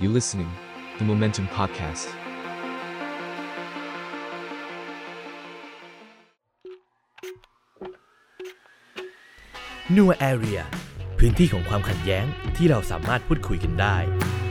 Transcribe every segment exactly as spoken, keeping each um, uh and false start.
You're listening to Momentum Podcast. Newer Area พื้นที่ของความขัดแย้งที่เราสามารถพูดคุยกันได้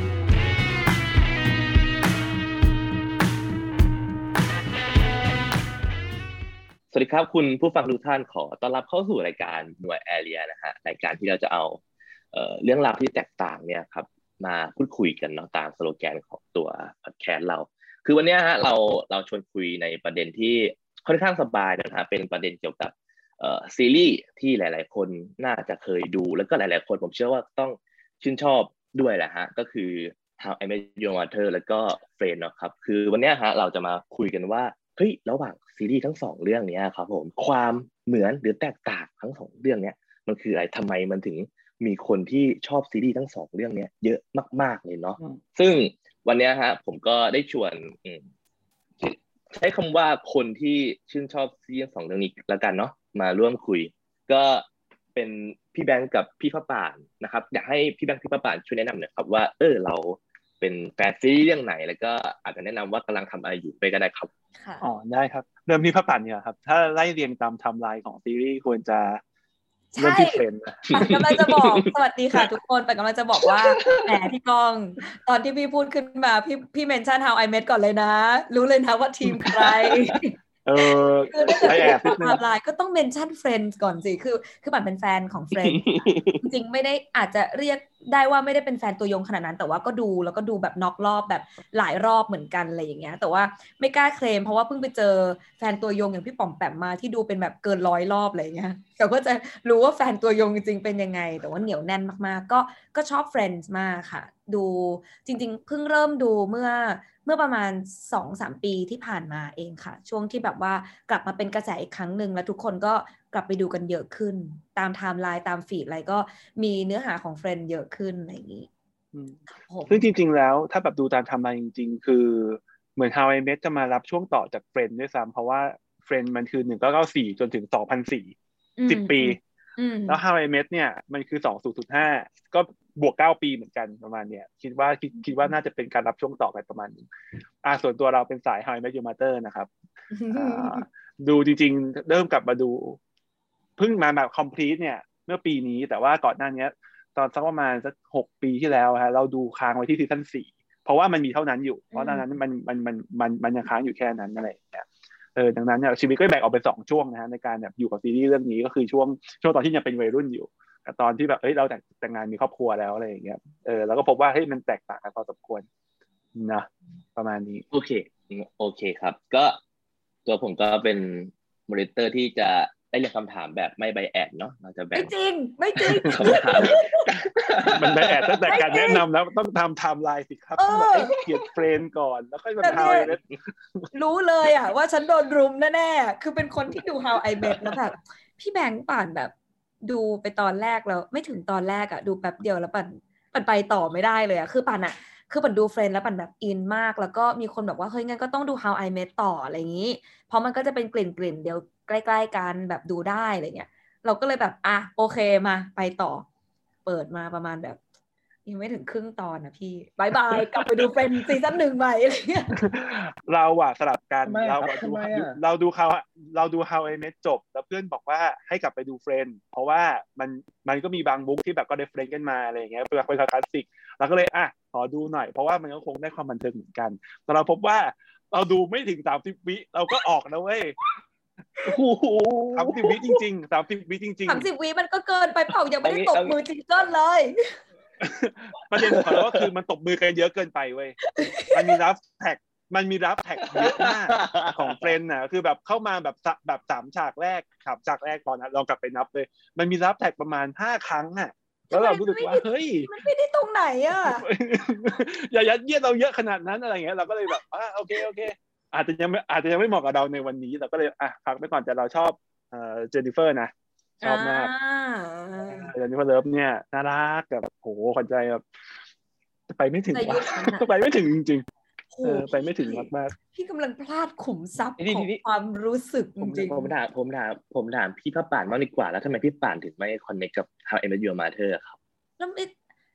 สวัสดีครับคุณผู้ฟังทุกท่านขอต้อนรับเข้าสู่รายการ Newer Area นะฮะรายการที่เราจะเอาเอ่อเรื่องราวที่แตกต่างเนี่ยครับมาพูดคุยกันเนาะตามสโลแกนของตัวพอดแคสต์เราคือวันนี้ฮะเราเราชวนคุยในประเด็นที่ค่อนข้างสบายนะฮะเป็นประเด็นเกี่ยวกับเอ่อซีรีส์ที่หลายๆคนน่าจะเคยดูแล้วก็หลายๆคนผมเชื่อว่าต้องชื่นชอบด้วยแหละฮะก็คือ How I Met Your Mother แล้วก็ Friends เนาะครับคือวันนี้ฮะเราจะมาคุยกันว่าเฮ้ยระหว่างซีรีส์ทั้งสองเรื่องนี้ครับผมความเหมือนหรือแตกต่างทั้งสองเรื่องนี้มันคืออะไรทำไมมันถึงมีคนที่ชอบซีรีส์ทั้งสองเรื่องนี้เยอะมากๆเลยเนาะซึ่งวันนี้ฮะผมก็ได้ชวนใช้คำว่าคนที่ชื่นชอบซีรีส์ทั้งสองเรื่องนี้แล้วกันเนาะมาร่วมคุยก็เป็นพี่แบงค์กับพี่พระป่านนะครับอยากให้พี่แบงค์พี่พระป่านช่วยแนะนำหน่อยครับว่าเออเราเป็นแฟนซีรีส์เรื่องไหนแล้วก็อาจจะแนะนำว่ากำลังทำอะไรอยู่ไปก็ได้ครับอ๋อได้ครับเริ่มที่พระป่านเนี่ยครับถ้าไล่เรียงตามไทม์ไลน์ของซีรีส์ควรจะเริ่มที่เฟรนด์นะปันกำลังจะบอกสวัสดีค่ะทุกคนปันกำลังจะบอกว่าแหมพี่ก้องตอนที่พี่พูดขึ้นมาพี่พี่เมนชั่น How I Met ก่อนเลยนะรู้เลยนะว่าทีมใครเออคือถ้าเกิดเป็นไทม์ไลน์ก็ต้องเมนชั่น Friends ก่อนสิคือคือปันเป็นแฟนของ Friends จริงๆไม่ได้อาจจะเรียกได้ว่าไม่ได้เป็นแฟนตัวยงขนาดนั้นแต่ว่าก็ดูแล้วก็ดูแบบน็อกรอบแบบหลายรอบเหมือนกันอะไรอย่างเงี้ยแต่ว่าไม่กล้าเคลมเพราะว่าเพิ่งไปเจอแฟนตัวยงอย่างพี่ป๋อมแปมมาที่ดูเป็นแบบเกินร้อยรอบอะไรอย่างเงี้ยเราก็จะรู้ว่าแฟนตัวยงจริงๆเป็นยังไงแต่ว่าเหนียวแน่นมากๆก็ก็ชอบ Friends มากค่ะดูจริงๆเพิ่งเริ่มดูเมื่อเมื่อประมาณ สองถึงสาม ปีที่ผ่านมาเองค่ะช่วงที่แบบว่ากลับมาเป็นกระแสอีกครั้งนึงแล้วทุกคนก็กลับไปดูกันเยอะขึ้นตามไทม์ไลน์ตามฟีดอะไรก็มีเนื้อหาของ Friends เยอะขึ้นอะไรอย่างนี้ซึ่งจริงๆแล้วถ้าแบบดูตามไทม์ไลน์จริงๆคือเหมือน How I Met จะมารับช่วงต่อจาก Friends ด้วยซ้ำเพราะว่า Friends มันคือหนึ่งพันเก้าร้อยเก้าสิบสี่จนถึงสองพันสี่ สิบปีแล้ว How I Met เนี่ยมันคือสองพันห้าก็บวกเก้าปีเหมือนกันประมาณเนี้ยคิดว่าคิดคิดว่าน่าจะเป็นการรับช่วงต่อกันประมาณนึงอ่าส่วนตัวเราเป็นสาย How I Met Your Mother นะครับอ่าดูจริงๆเริ่มกลับมาดูเพิ่งมาแบบ complete เนี่ยเมื่อปีนี้แต่ว่าก่อนหน้านี้ตอนสักประมาณสักหกปีที่แล้วฮะเราดูค้างไว้ที่ซีซั่นสี่เพราะว่ามันมีเท่านั้นอยู่เพราะตอนนั้นมันมันมันมันมันยังค้างอยู่แค่นั้นอะไรอย่างเงี้ยเออดังนั้นเนี่ยชีวิตก็แบ่งออกเป็นสองช่วงนะฮะในการแบบอยู่กับซีรีส์เรื่องนี้ก็คือช่วงช่วงตอนที่ยังเป็นวัยรุ่นอยู่กับตอนที่แบบเฮ้ยเราแต่งแต่งงานมีครอบครัวแล้วอะไรอย่างเงี้ยเออแล้วก็พบว่าเฮ้ยมันแตกต่างกันพอสมควรนะประมาณนี้โอเคโอเคครับก็ตัวผมก็เป็นมอนิเตอร์ที่จะได้เรียนคำถามแบบไม่ไบแอดเนาะเราจะแบ่งไม่จริงไม่จริงคำถามมันไบแอดตั้งแต่การแนะนำแล้วต้องทำไทม์ไลน์สิครับต้องแบบเขียนเฟรนด์ก่อนแล้วค่อยมาทำอะไรรู้เลยอ่ะว่าฉันโดนรุมแน่ๆคือเป็นคนที่ดู How I Met แล้วแบบพี่แบงค์ป่านแบบดูไปตอนแรกแล้วไม่ถึงตอนแรกอ่ะดูแป๊บเดียวแล้วป่านป่านไปต่อไม่ได้เลยอ่ะคือป่านอ่ะคือป่านดูเฟรนด์แล้วป่านแบบอินมากแล้วก็มีคนบอกว่าเฮ้ยงั้นก็ต้องดู How I Met ต่ออะไรอย่างนี้เพราะมันก็จะเป็นกลิ่นกลิ่นเดียวใกล้ๆกันแบบดูได้อะไรเงี้ยเราก็เลยแบบอ่ะโอเคมาไปต่อเปิดมาประมาณแบบยังไม่ถึงครึ่งตอนนะพี่บายบายกลับไปดูเฟรนด์ซีซั่นหนึ่งใหม่อะไรเงี้ยเราอะสลับกันเราดูเราดู How เราดู How I Met จบแล้วเพื่อนบอกว่าให้กลับไปดูเฟรนด์เพราะว่ามันมันก็มีบางบุ๊กที่แบบก็ได้เฟรนด์กันมาอะไรอย่างเงี้ยเป็นเป็นคลาสสิกเราก็เลยอ่ะขอดูหน่อยเพราะว่ามันก็คงได้ความบันเทิงเหมือนกันแต่เราพบว่าเราดูไม่ถึงสามสิบวิเราก็ออกนะเว้ยโอ้โหสามสิบวิจริงๆสามสิบวิจริงๆสามสิบวิมันก็เกินไปเปล่ายังไม่ได้ตบมือจิงเกิลเลยประเด็นของเราก็คือมันตบมือกันเยอะเกินไปเว้ยมันมีรับแท็กมันมีรับแท็กเยอะมากของเฟรนด์น่ะคือแบบเข้ามาแบบแบบสามฉากแรกครับฉากแรกก่อนนะลองกลับไปนับเลยมันมีรับแท็กประมาณห้าครั้งอ่ะแล้วเรารู้สึกว่าเฮ้ยมันไม่ได้ตรงไหนอ่ะอย่ายัดเยียดเราเยอะขนาดนั้นอะไรเงี้ยเราก็เลยแบบอ่ะโอเคโอเคอาจจะยังไม่อาจจะยังไม่เหมาะกับเราในวันนี้เราก็เลยอ่ะพักไปก่อนแต่เราชอบเอ่อเจนนิเฟอร์นะชอบมากเจนนิเฟอร์เลิฟเนี่ยน่ารักแบบโหขวัญใจแบบไปไม่ถึงว่ะไปไม่ถึงจริงๆเออไปไม่ถึงมากๆพี่กำลังพลาดขุมทรัพย์ของความรู้สึกจริงผมถามผมถามผมถามพี่พระป่านมากดีกว่าแล้วทำไมพี่ป่านถึงไม่คอนเนคกับ How I Met Your Mother ครับแล้วไม่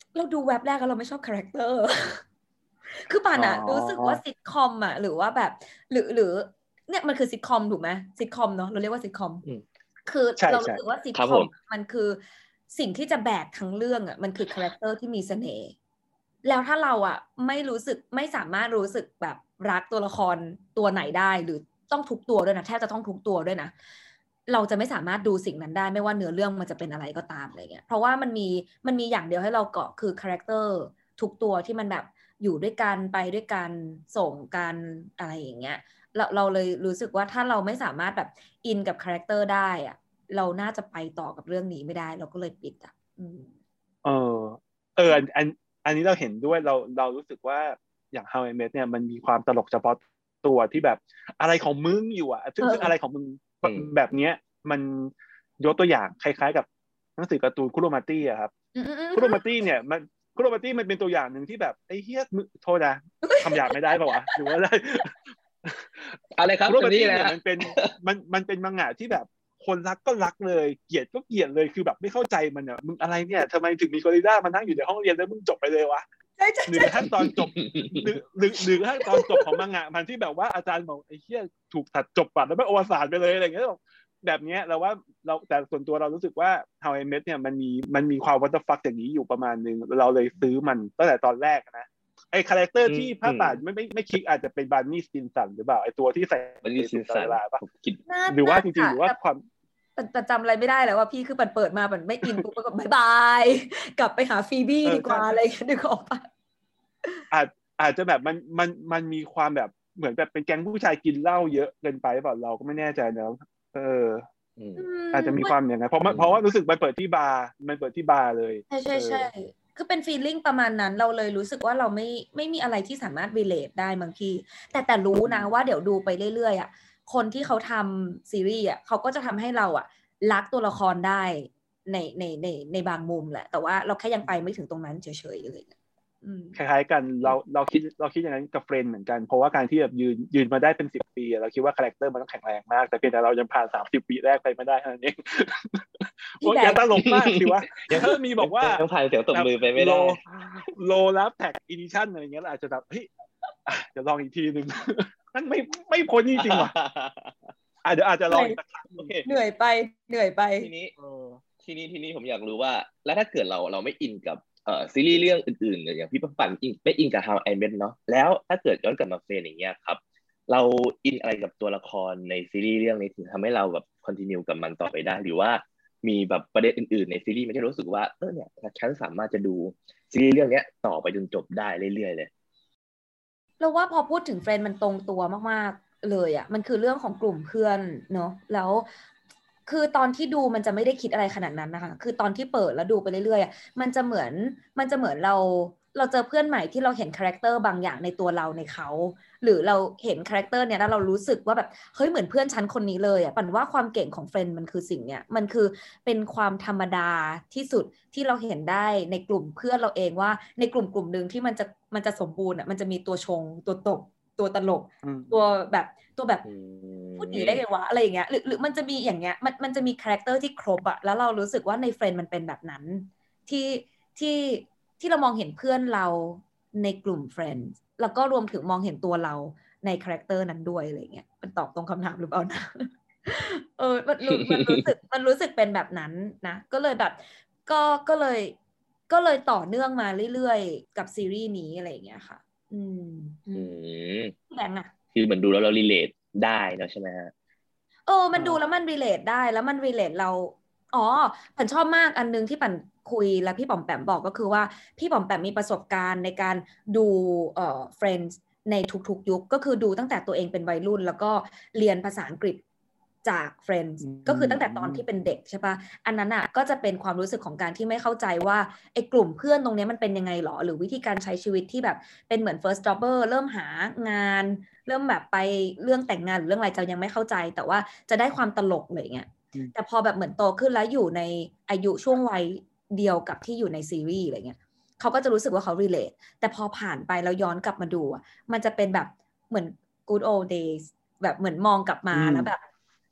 เราดูแว็บแรกแล้วเราไม่ชอบคาแรคเตอร์คือป่านอะรู้สึกว่าซิทคอมอะหรือว่าแบบหรือหรือเนี่ยมันคือซิทคอมถูกไหมซิทคอมเนาะเราเรียกว่าซิทคอมคือเรารู้สึกว่าซิทคอมมันคือสิ่งที่จะแบกทั้งเรื่องอะมันคือคาแรคเตอร์ที่มีเสน่ห์แล้วถ้าเราอะไม่รู้สึกไม่สามารถรู้สึกแบบรักตัวละครตัวไหนได้หรือต้องทุกตัวด้วยนะแทบจะต้องทุกตัวด้วยนะเราจะไม่สามารถดูสิ่งนั้นได้ไม่ว่าเนื้อเรื่องมันจะเป็นอะไรก็ตามอะไรเงี้ยเพราะว่ามันมีมันมีอย่างเดียวให้เราเกาะคือคาแรคเตอร์ทุกตัวที่มันแบบอยู่ด้วยกันไปด้วยกันส่งกันอะไรอย่างเงี้ยเราเราเลยรู้สึกว่าถ้าเราไม่สามารถแบบอินกับคาแรคเตอร์ได้อะเราน่าจะไปต่อกับเรื่องนี้ไม่ได้เราก็เลยปิดอ่ะเออเอออันอันอันนี้เราเห็นด้วยเราเรารู้สึกว่าอย่าง How I Met เนี่ยมันมีความตลกเฉพาะตัวที่แบบอะไรของมึงอยู่อ่ะซึ่งอะไรของมึงแบบเนี้ยมันยกตัวอย่างคล้ายๆกับหนังสือการ์ตูนคุโรมาตี้อะครับคุโรมาตี้เนี่ยมันคุโรมาตี้มันเป็นตัวอย่างหนึ่งที่แบบไอ้เฮี้ยโทษนะคำหยาบไม่ได้ป่าววะหรือว่าอะไรอะไรครับคุโรมาตี้เนี่ยมันเป็นมันมันเป็นมังงะที่แบบคนรักก็รักเลยเกลียดก็เกลียดเลยคือแบบไม่เข้าใจมันอ่ะมึงอะไรเนี่ยทำไมถึงมีกอริลลามานั่งอยู่ในห้องเรียนแล้วมึงจบไปเลยวะหนึ่งขั้นตอนจบหนึ่งหนึ่งหนึ่งขั้นตอนจบของมังงะมันที่แบบว่าอาจารย์บอกไอ้เหี้ยถูกตัดจบปัดแล้วไม่อวสานไปเลยอะไรอย่างเงี้ยแบบเนี้ยเราว่าเราแต่ส่วนตัวเรารู้สึกว่า How I Met เนี่ยมันมีมันมีความ what the fuck อย่างนี้อยู่ประมาณนึงเราเลยซื้อมันตั้งแต่ตอนแรกนะไอ้คาแรคเตอร์ที่ภาคป่าไม่ไม่ไม่คิดอาจจะเป็นบาร์นี่สตินสันหรือเปล่าไอ้ตัวที่ใส่บาร์นี่สตินสันป่ะหรือว่าจริงๆหรือว่าความแต่จำอะไรไม่ได้แล้วว่าพี่คือเปิดมามันไม่อินปุ๊บก็บายบายกลับไปหาฟีบี้ดีกว่าอะไรอย่างเงี้ยนึกออกปะอาจอาจจะแบบมันมันมันมีความแบบเหมือนแบบเป็นแก๊งผู้ชายกินเหล้าเยอะเกินไปเปล่าเราก็ไม่แน่ใจนะเอออาจจะมีความอย่างไงเพราะเพราะว่ารู้สึกมันเปิดที่บาร์มันเปิดที่บาร์เลยใช่ใช่ใช่คือเป็นฟีลลิ่งประมาณนั้นเราเลยรู้สึกว่าเราไม่ไม่มีอะไรที่สามารถ relate ได้บางทีแต่แต่รู้นะว่าเดี๋ยวดูไปเรื่อยๆอ่ะคนที่เขาทำซีรีส์อ่ะเขาก็จะทำให้เราอ่ะรักตัวละครได้ในในในในบางมุมแหละแต่ว่าเราแค่ยังไปไม่ถึงตรงนั้นเฉยๆเลยคล้ายๆกันเราเราคิดเราคิดอย่างนั้นกับเฟรนด์เหมือนกันเพราะว่าการที่แบบยืนยืนมาได้เป็นสิบปีเราคิดว่าคาแรคเตอร์มันต้องแข็งแรงมากแต่เพียงแต่เรายังผ่านสามสิบปีแรกไปไม่ได้เท่านั้นเองโอ้ยอย่าตลกมากสิวะถ้ามีบอกว่าต้องผ่านเสียงตบมือไปไม่ได้โลแล้วแท็กอีดิชั่นอะไรเงี้ยอาจจะแบบเฮ้ยจะลองอีกทีนึงมันไม่ไม่พ้นจริงๆว่ะอาจจะอาจจะลองสักครั้งเหนื่อยไปเหนื่อยไปทีนี้ทีนี้ทีนี้ผมอยากรู้ว่าแล้วถ้าเกิดเราเราไม่อินกับเอ่อซีรีส์เรื่องอื่นๆอย่างพี่ปั่นไม่อินกับ How I Met เนาะแล้วถ้าเกิดย้อนกลับมาเฟรนอย่างเงี้ยครับเราอินอะไรกับตัวละครในซีรีส์เรื่องนี้ถึงทำให้เราแบบคอนติเนียกับมันต่อไปได้หรือว่ามีแบบประเด็นอื่นๆในซีรีส์มันจะรู้สึกว่าเออเนี่ยฉันสามารถจะดูซีรีส์เรื่องนี้ต่อไปจนจบได้เรื่อยๆเลยเราว่าพอพูดถึงเฟรนมันตรงตัวมากๆเลยอ่ะมันคือเรื่องของกลุ่มเพื่อนเนาะแล้วคือตอนที่ดูมันจะไม่ได้คิดอะไรขนาดนั้นนะคะคือตอนที่เปิดแล้วดูไปเรื่อยๆมันจะเหมือนมันจะเหมือนเราเราเจอเพื่อนใหม่ที่เราเห็นคาแรคเตอร์บางอย่างในตัวเราในเขาหรือเราเห็นคาแรคเตอร์เนี่ยแล้วเรารู้สึกว่าแบบเฮ้ยเหมือนเพื่อนฉันคนนี้เลยอ่ะปั่นว่าความเก่งของเฟรนด์มันคือสิ่งเนี้ยมันคือเป็นความธรรมดาที่สุดที่เราเห็นได้ในกลุ่มเพื่อนเราเองว่าในกลุ่มกลุ่มนึงที่มันจะมันจะสมบูรณ์อ่ะมันจะมีตัวชงตัวตกตัวตลกตัวแบบตัวแบบพูดอย่างนี้ได้ไงวะอะไรอย่างเงี้ยหรือหรือมันจะมีอย่างเงี้ยมันมันจะมีคาแรคเตอร์ที่ครบอะแล้วเรารู้สึกว่าในเฟรนด์มันเป็นแบบนั้นที่ที่ที่เรามองเห็นเพื่อนเราในกลุ่มเฟรนด์แล้วก็รวมถึงมองเห็นตัวเราในคาแรคเตอร์นั้นด้วยอะไรเงี้ยมันตอบตรงคำถามหรือเปล่านะเออมันมันรู้สึกมันรู้สึกเป็นแบบนั้นนะก็เลยแบบก็ก็เลยก็เลยต่อเนื่องมาเรื่อยๆกับซีรีส์นี้อะไรอย่างเงี้ยค่ะอืมอืมแบงค์อะคือเหมือนดูแล้วเรารีเลทได้เนอะใช่ไหมฮะเออมันดูแล้วมันรีเลทได้แล้วมันรีเลทเราอ๋อปั่นชอบมากอันนึงที่ปั่นคุยแล้วพี่ป๋อมแปมบอกก็คือว่าพี่ป๋อมแปมมีประสบการณ์ในการดูเอ่อ Friends ในทุกๆยุคก็คือดูตั้งแต่ตัวเองเป็นวัยรุ่นแล้วก็เรียนภาษาอังกฤษจาก Friends ก็คือตั้งแต่ตอนที่เป็นเด็กใช่ปะอันนั้นอ่ะก็จะเป็นความรู้สึกของการที่ไม่เข้าใจว่าไอ้กลุ่มเพื่อนตรงนี้มันเป็นยังไงหรอหรือวิธีการใช้ชีวิตที่แบบเป็นเหมือน first jobber เริ่มหางานเริ่มแบบไปเรื่องแต่งงานหรือเรื่องอะไรจะยังไม่เข้าใจแต่ว่าจะได้ความตลกอะไรเงี้ยแต่พอแบบเหมือนโตขึ้นแล้วอยู่ในอายุช่วงวัยเดียวกับที่อยู่ในซีรีส์อะไรเงี้ยเขาก็จะรู้สึกว่าเขา relate แต่พอผ่านไปแล้วย้อนกลับมาดูมันจะเป็นแบบเหมือน good old days แบบเหมือนมองกลับมาแล้วแบบ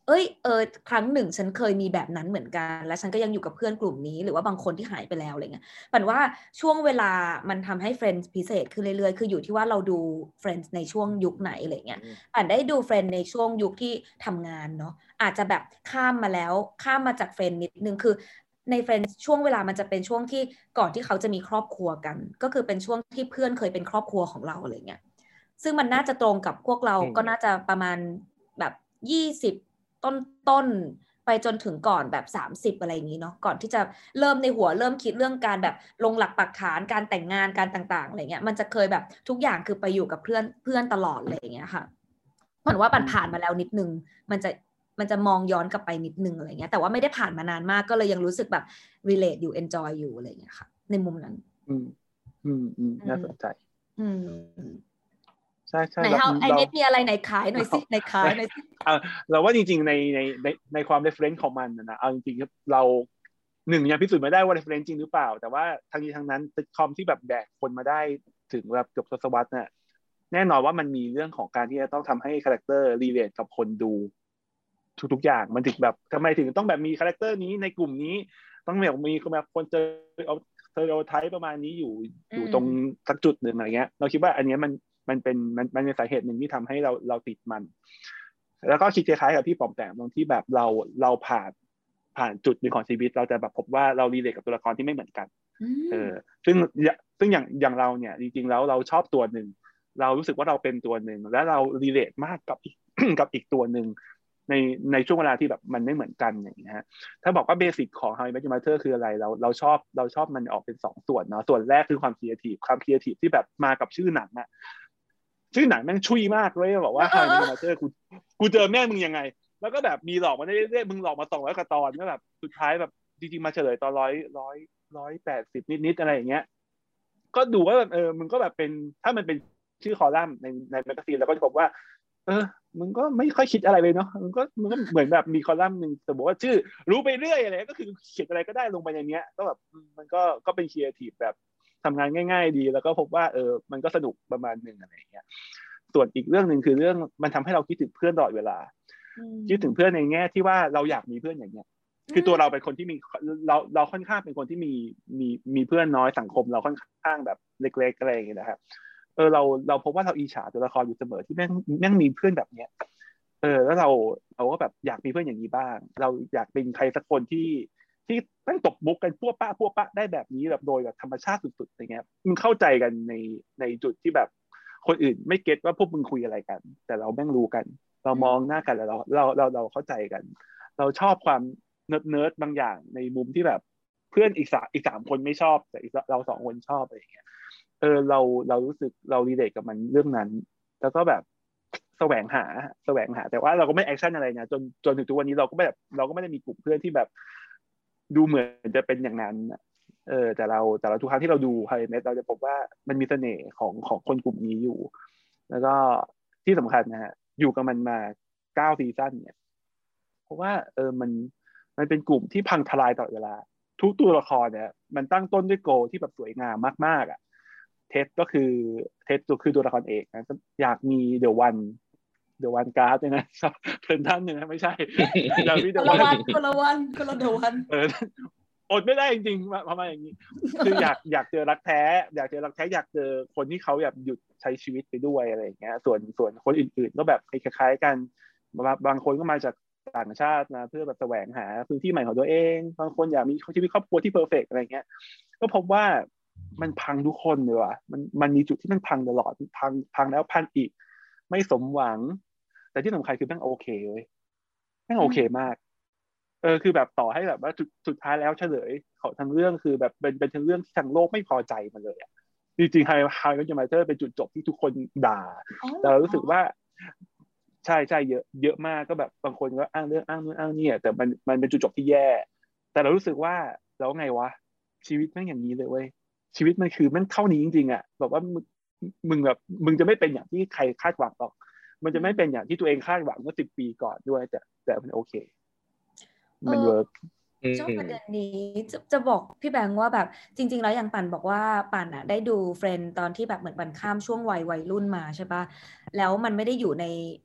เอ้ยเออครั้งหนึ่งฉันเคยมีแบบนั้นเหมือนกันและฉันก็ยังอยู่กับเพื่อนกลุ่มนี้หรือว่าบางคนที่หายไปแล้วอะไรเงี้ยปั่นว่าช่วงเวลามันทำให้ Friends พิเศษขึ้นเรื่อยๆคืออยู่ที่ว่าเราดู Friends ในช่วงยุคไหนอะไรเงี้ยปั่นได้ดู Friends ในช่วงยุคที่ทำงานเนาะอาจจะแบบข้ามมาแล้วข้ามมาจาก Friends นิดนึงคือใน Friends ช่วงเวลามันจะเป็นช่วงที่ก่อนที่เขาจะมีครอบครัวกันก็คือเป็นช่วงที่เพื่อนเคยเป็นครอบครัวของเราอะไรเงี้ยซึ่งมันน่าจะตรงกับพวกเราก็น่าจะประมาณแบบยี่สิบต้นต้นไปจนถึงก่อนแบบสามสิบอะไรอย่างนี้เนาะก่อนที่จะเริ่มในหัวเริ่มคิดเรื่องการแบบลงหลักปักฐานการแต่งงานการต่างๆอะไรเงี้ยมันจะเคยแบบทุกอย่างคือไปอยู่กับเพื่อนเพื่อนตลอดอะไรอย่างเงี้ยค่ะเหมือนว่าปันผ่านมาแล้วนิดนึงมันจะมันจะมองย้อนกลับไปนิดนึงอะไรเงี้ยแต่ว่าไม่ได้ผ่านมานานมากก็เลยยังรู้สึกแบบ relate อยู่ enjoy อยู่อะไรเงี้ยค่ะในมุมนั้นอืมอืมอืมน่าสนใจอืมใช่ใช่ไหนเฮาไอเน็ตมีอะไรไหนขายหน่อยสิไหนขายหน่อยสิเออเราว่าจริงๆในในในในความ reference ของมันนะเอาจริงๆเราหนึ่งยังพิสูจน์ไม่ได้ว่า reference จริงหรือเปล่าแต่ว่าทั้งนี้ทั้งนั้นซิทคอมที่แบบแบกคนมาได้ถึงแบบเกือบทศวรรษเนี่ยแน่นอนว่ามันมีเรื่องของการที่จะต้องทำให้คาแรคเตอร์รีเลทกับคนดูทุกๆอย่างมันถึงแบบทำไมถึงต้องแบบมีคาแรคเตอร์นี้ในกลุ่มนี้ต้องแบบมีแบบคนเจอเอาสเตอริโอไทป์ประมาณนี้อยู่อยู่ตรงสักจุดหนึ่งอะไรเงี้ยเราคิดว่าอันนี้มันมันเป็นมันมันเป็นสาเหตุหนึ่งที่ทำให้เราเราติดมันแล้วก็คิดคล้ายๆกับพี่ปอมแปมตรงที่แบบเราเราผ่านผ่านจุดหนึ่งของชีวิตเราจะแบบพบว่าเรารีเลทกับตัวละครที่ไม่เหมือนกันเออซึ่งซึ่งอย่างอย่างเราเนี่ยจริงๆแล้วเราชอบตัวหนึ่งเรารู้สึกว่าเราเป็นตัวหนึ่งและเรารีเลทมากกับอีก กับอีกตัวหนึ่งในในช่วงเวลาที่แบบมันไม่เหมือนกันอย่างนี้ฮะถ้าบอกว่าเบสิกของ How I Met Your Mother คืออะไรเราเราชอบเราชอบมันออกเป็นสองส่วนเนาะส่วนแรกคือความครีเอทีฟความครีเอทีฟที่แบบมากับชื่อหนังอะชื่อหนังแม่งชุยมากเลยบอกว่า How I Met Your Mother กูกูเจอแม่มึงยังไงแล้วก็แบบมีหลอกมาเรื่อยๆมึงหลอกมาสองร้อยกว่าตอนก็แบบสุดท้ายแบบจริงๆมาเฉลยตอนร้อยร้อยร้อยแปดสิบนิดๆอะไรอย่างเงี้ยก็ดูว่าเออมึงก็แบบเป็นถ้ามันเป็นชื่อคอลัมน์ในในแมกกาซีนแล้วก็จะบอกว่าเออมึงก็ไม่ค่อยคิดอะไรเลยเนาะมึงก็มึงก็เหมือนแบบมีคอลัมน์นึงแต่บอกว่าชื่อรู้ไปเรื่อยอะไรก็คือเขียนอะไรก็ได้ลงไปในเนี้ยก็แบบมันก็ก็เป็นครีเอทีฟแบบทำงานง่ายๆดีแล้วก็พบว่าเออมันก็สนุกประมาณนึงอะไรอย่างเงี้ยส่วนอีกเรื่องนึงคือเรื่องมันทำให้เราคิดถึงเพื่อนตลอดเวลาคิดถึงเพื่อนในแง่ที่ว่าเราอยากมีเพื่อนอย่างเงี้ยคือตัวเราเป็นคนที่มีเราเราค่อนข้างเป็นคนที่มีมีมีเพื่อนน้อยสังคมเราค่อนข้างแบบเล็กๆอะไรอย่างเงี้ยนะครับเออเราเราพบว่าเราอิจฉาตัวละครอยู่เสมอที่แม่งแม่งมีเพื่อนแบบเนี้ยเออแล้วเราเราก็แบบอยากมีเพื่อนอย่างนี้บ้างเราอยากเป็นใครสักคนที่ที่ตั้งตบมุกกันพวกป้าพวกป้าได้แบบนี้แบบโดยแบบธรรมชาติสุดๆอย่างเงี้ยมึงเข้าใจกันในในจุดที่แบบคนอื่นไม่เก็ตว่าพวกมึงคุยอะไรกันแต่เราแม่งรู้กันเรามองหน้ากันแล้วเราเราเราเราเข้าใจกันเราชอบความเนิร์ดเนิร์ดบางอย่างในมุมที่แบบเพื่อนอีกสามอีกสามคนไม่ชอบแต่เราสองคนชอบอะไรอย่างเงี้ยเออเราเรารู้สึกเรารีเลทกับมันเรื่องนั้นแล้วก็แบบแสวงหาแสวงหาแต่ว่าเราก็ไม่แอคชั่นอะไรนะจนจนถึงทุกวันนี้เราก็ไม่แบบเราก็ไม่ได้มีกลุ่มเพื่อนที่แบบดูเหมือนจะเป็นอย่างนั้นเออแต่เราแต่เราทุกครั้งที่เราดูไฮเมทเราจะพบว่ามันมีเสน่ห์ของของคนกลุ่มนี้อยู่แล้วก็ที่สำคัญนะฮะอยู่กับมันมาเก้าซีซั่นเนี่ยเพราะว่าเออมันมันเป็นกลุ่มที่พังทลายตลอดเวลาทุกตัวละครเนี่ยมันตั้งต้นด้วยโกที่แบบสวยงามมากๆอ่ะเท็ดก็คือเท็ดตัวคือตัวละครเอกนะอยากมีเดอะวันเดอะวันการ์ดเนี่ยนะเป็นท่านหนึ่งนะไม่ใช่อยากมีเดอะวันคนละวันคนละเดอะวันเอออดไม่ได้จริงๆประมาณอย่างนี้คืออยากอยากเจอรักแท้อยากเจอรักแท้อยากเจอคนที่เขาแบบหยุดใช้ชีวิตไปด้วยอะไรอย่างเงี้ยส่วนส่วนคนอื่นๆก็แบบคล้ายๆกันบางคนก็มาจากต่างชาตินะเพื่อแบบแสวงหาพื้นที่ใหม่ของตัวเองบางคนอยากมีชีวิตครอบครัวที่เพอร์เฟกต์อะไรเงี้ยก็พบว่ามันพังทุกคนเลยว่ะมันมันมีจุดที่มันพังตลอดพังพังแล้วพังอีกไม่สมหวังแต่ที่สำคัญคือแม่งโอเคเว้ยแม่งโอเคมากเออคือแบบต่อให้แบบว่าสุดท้ายแล้วเฉลยเขาทั้งเรื่องคือแบบเป็นเป็นทั้งเรื่องที่ทั้งโลกไม่พอใจมันเลยอ่ะจริงๆไฮไฮเมทเจอร์มาเตอร์เป็นจุดจบที่ทุกคนด่าแต่เรารู้สึกว่าใช่ใช่เยอะเยอะมากก็แบบบางคนก็อ้างเรื่องอ้างนู่นอ้างนี่แต่มันมันเป็นจุดจบที่แย่แต่เรารู้สึกว่าแล้วไงวะชีวิตแม่งอย่างนี้เลยเว้ยชีวิตมันคือมันเท่านี้จริงๆอ่ะแบบว่ามึงมึงแบบมึงจะไม่เป็นอย่างที่ใครคาดหวังหรอกมันจะไม่เป็นอย่างที่ตัวเองคาดหวังเมื่อสิบปีก่อนด้วยแต่แต่มันโอเคมันเวิร์กชอบประเด็นนี้จะจะบอกพี่แบงค์ว่าแบบจริงๆแล้วอย่างปั่นบอกว่าปั่นอ่ะได้ดูเฟรนด์ตอนที่แบบเหมือนปั่นข้ามช่วงวัยวัยรุ่นมาใช่ปะแล้วมันไม่ได้อยู่ใน